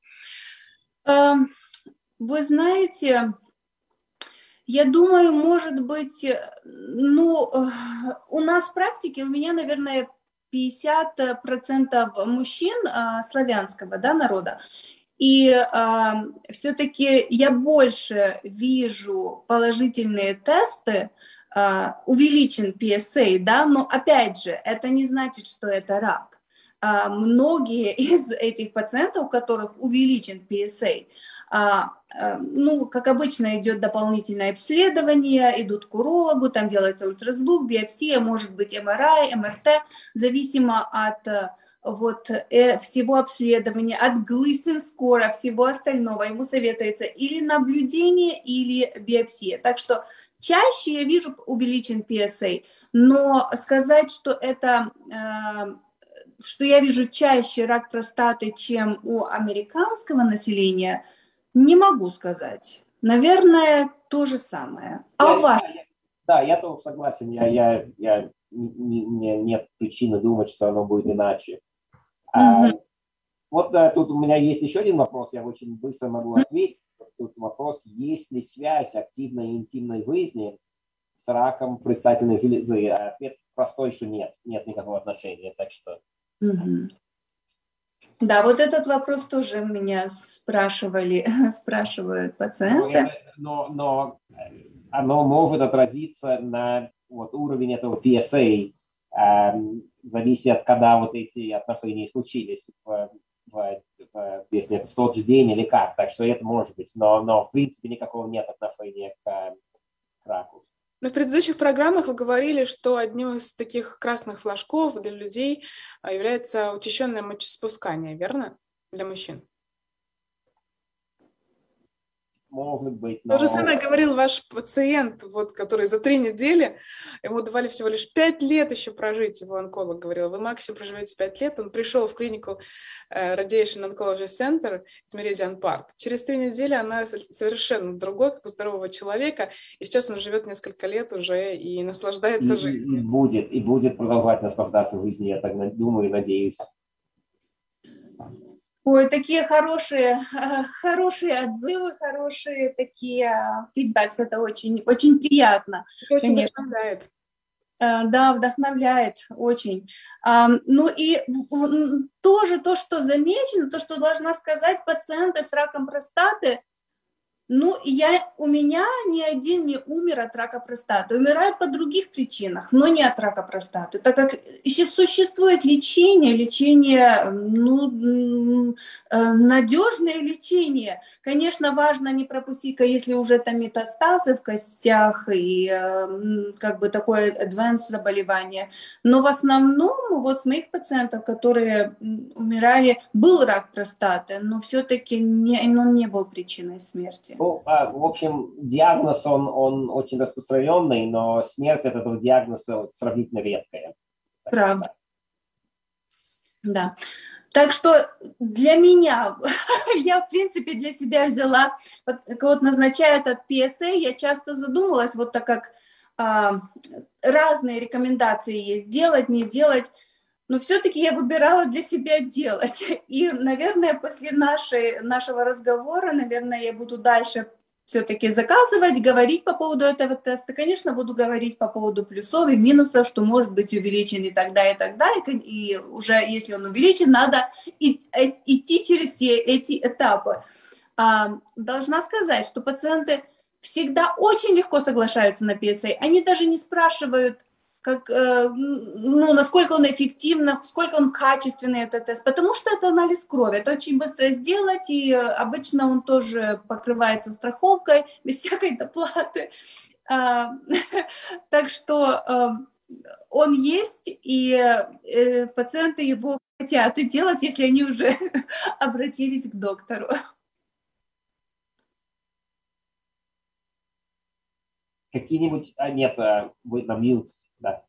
Вы знаете, я думаю, может быть, ну, у нас в практике, у меня, наверное, пятьдесят процентов мужчин славянского, да, народа. И э, все-таки я больше вижу положительные тесты, э, увеличен пи эс эй, да, но опять же, это не значит, что это рак. Э, многие из этих пациентов, у которых увеличен пи эс эй, э, э, ну, как обычно, идет дополнительное обследование, идут к урологу, там делается ультразвук, биопсия, может быть эм эр ай, эм эр тэ, зависимо от вот э, всего обследования, от глисин-скора, всего остального, ему советуется или наблюдение, или биопсия. Так что чаще я вижу увеличен пи эс эй, но сказать, что это, э, что я вижу чаще рак простаты, чем у американского населения, не могу сказать. Наверное, то же самое. А у вас? Да, я тоже согласен. Я, я, я, не, не, нет причины думать, что оно будет иначе. Mm-hmm. А, вот да, тут у меня есть еще один вопрос, я очень быстро могу ответить. Тут вопрос, есть ли связь активной и интимной жизни с раком предстательной железы? Ответ простой, что нет, нет никакого отношения. Так что... Mm-hmm. Да, вот этот вопрос тоже меня спрашивали, спрашивают пациенты. Но, но, но оно может отразиться на вот, уровень этого пи эс эй, эм, зависит от когда вот эти отношения случились, в, в, в, если это в тот же день или как. Так что это может быть, но, но в принципе никакого нет отношения к, к раку. Но в предыдущих программах вы говорили, что одним из таких красных флажков для людей является учащенное мочеиспускание, верно? Для мужчин. Может быть, но... То же самое говорил ваш пациент, вот, который за три недели, ему давали всего лишь пять лет еще прожить, его онколог говорил, вы максимум проживете пять лет, он пришел в клинику uh, Radiation Oncology Center в Meridian Park. Через три недели она совершенно другой, как у здорового человека, и сейчас он живет несколько лет уже и наслаждается и, жизнью. И будет, и будет продолжать наслаждаться жизнью, я так думаю и надеюсь. Ой, такие хорошие, хорошие отзывы, хорошие такие фидбэки, это очень, очень приятно. Это очень вдохновляет. Да, вдохновляет очень. Ну и тоже то, что замечено, то, что должна сказать пациенты с раком простаты, ну, я, у меня ни один не умер от рака простаты. Умирают по других причинах, но не от рака простаты. Так как существует лечение, лечение, ну, надежное лечение. Конечно, важно не пропустить, если уже там метастазы в костях и как бы такое advanced заболевание. Но в основном вот с моих пациентов, которые умирали, был рак простаты, но все-таки не, он не был причиной смерти. Ну, в общем, диагноз, он, он очень распространенный, но смерть от этого диагноза сравнительно редкая. Правда. Да. Так что для меня, я, в принципе, для себя взяла, вот, вот назначая этот пи эс эй, я часто задумалась, вот так как а, разные рекомендации есть, делать, не делать, но все-таки я выбирала для себя делать. И, наверное, после нашей, нашего разговора, наверное, я буду дальше все-таки заказывать, говорить по поводу этого теста. Конечно, буду говорить по поводу плюсов и минусов, что может быть увеличен и тогда, и тогда. И уже если он увеличен, надо идти через все эти этапы. Должна сказать, что пациенты всегда очень легко соглашаются на пи эс эй. Они даже не спрашивают, как, ну, насколько он эффективно, сколько он качественный этот тест, потому что это анализ крови, это очень быстро сделать, и обычно он тоже покрывается страховкой, без всякой доплаты. Так что он есть, и пациенты его хотят и делать, если они уже обратились к доктору. Какие-нибудь... А, нет, вы на мьют, да.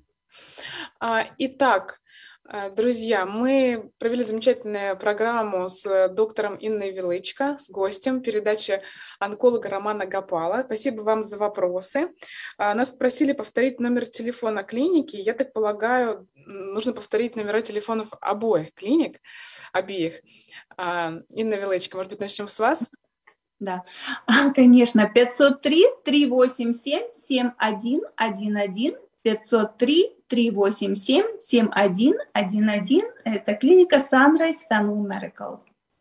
Итак, друзья, мы провели замечательную программу с доктором Инной Величко, с гостем передачи онколога Романа Гопала. Спасибо вам за вопросы. Нас попросили повторить номер телефона клиники. Я так полагаю, нужно повторить номера телефонов обоих клиник, обеих. Инна Величко, может быть, начнем с вас? Да, конечно, пятьсот три триста восемьдесят семь семь один один один, пятьсот три триста восемьдесят семь семь один один один, это клиника Sunrise Family Medical.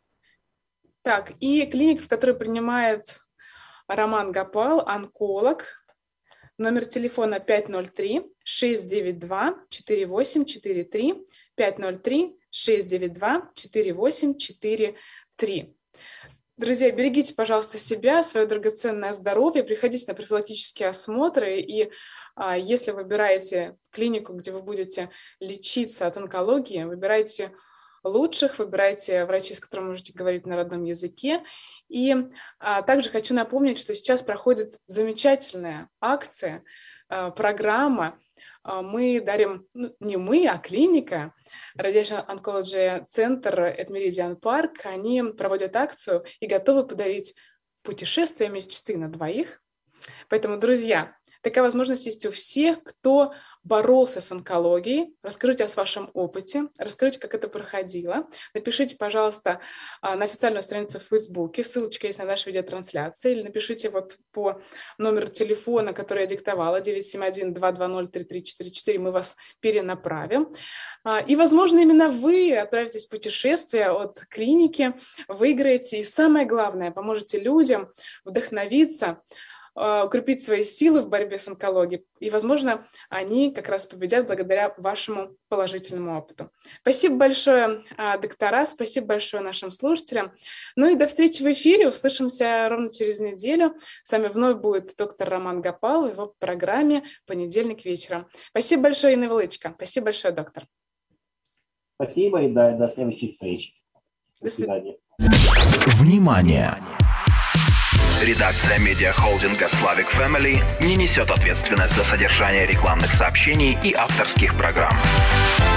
Так, и клиника, в которой принимает Роман Гопал, онколог, номер телефона пять ноль три шесть девять два четыре восемь четыре три, пять ноль три шесть девять два четыре восемь четыре три. Друзья, берегите, пожалуйста, себя, свое драгоценное здоровье, приходите на профилактические осмотры, и а, если выбираете клинику, где вы будете лечиться от онкологии, выбирайте лучших, выбирайте врачей, с которыми можете говорить на родном языке. И а, также хочу напомнить, что сейчас проходит замечательная акция, а, программа. А, мы дарим, ну, не мы, а клиника, Radiation Oncology Center at Meridian Park, они проводят акцию и готовы подарить путешествие мечты на двоих. Поэтому, друзья, такая возможность есть у всех, кто боролся с онкологией. Расскажите о вашем опыте, расскажите, как это проходило. Напишите, пожалуйста, на официальную страницу в Фейсбуке, ссылочка есть на нашей видеотрансляции, или напишите вот по номеру телефона, который я диктовала, девять семь один два два ноль три три четыре четыре, мы вас перенаправим. И, возможно, именно вы отправитесь в путешествие от клиники, выиграете, и самое главное, поможете людям вдохновиться, укрепить свои силы в борьбе с онкологией. И, возможно, они как раз победят благодаря вашему положительному опыту. Спасибо большое, доктора, спасибо большое нашим слушателям. Ну и до встречи в эфире. Услышимся ровно через неделю. С вами вновь будет доктор Роман Гопал в его программе «Понедельник вечером». Спасибо большое, Инна Величко. Спасибо большое, доктор. Спасибо и до, до следующих встреч. До свидания. Внимание! Редакция медиахолдинга Slavic Family не несет ответственность за содержание рекламных сообщений и авторских программ.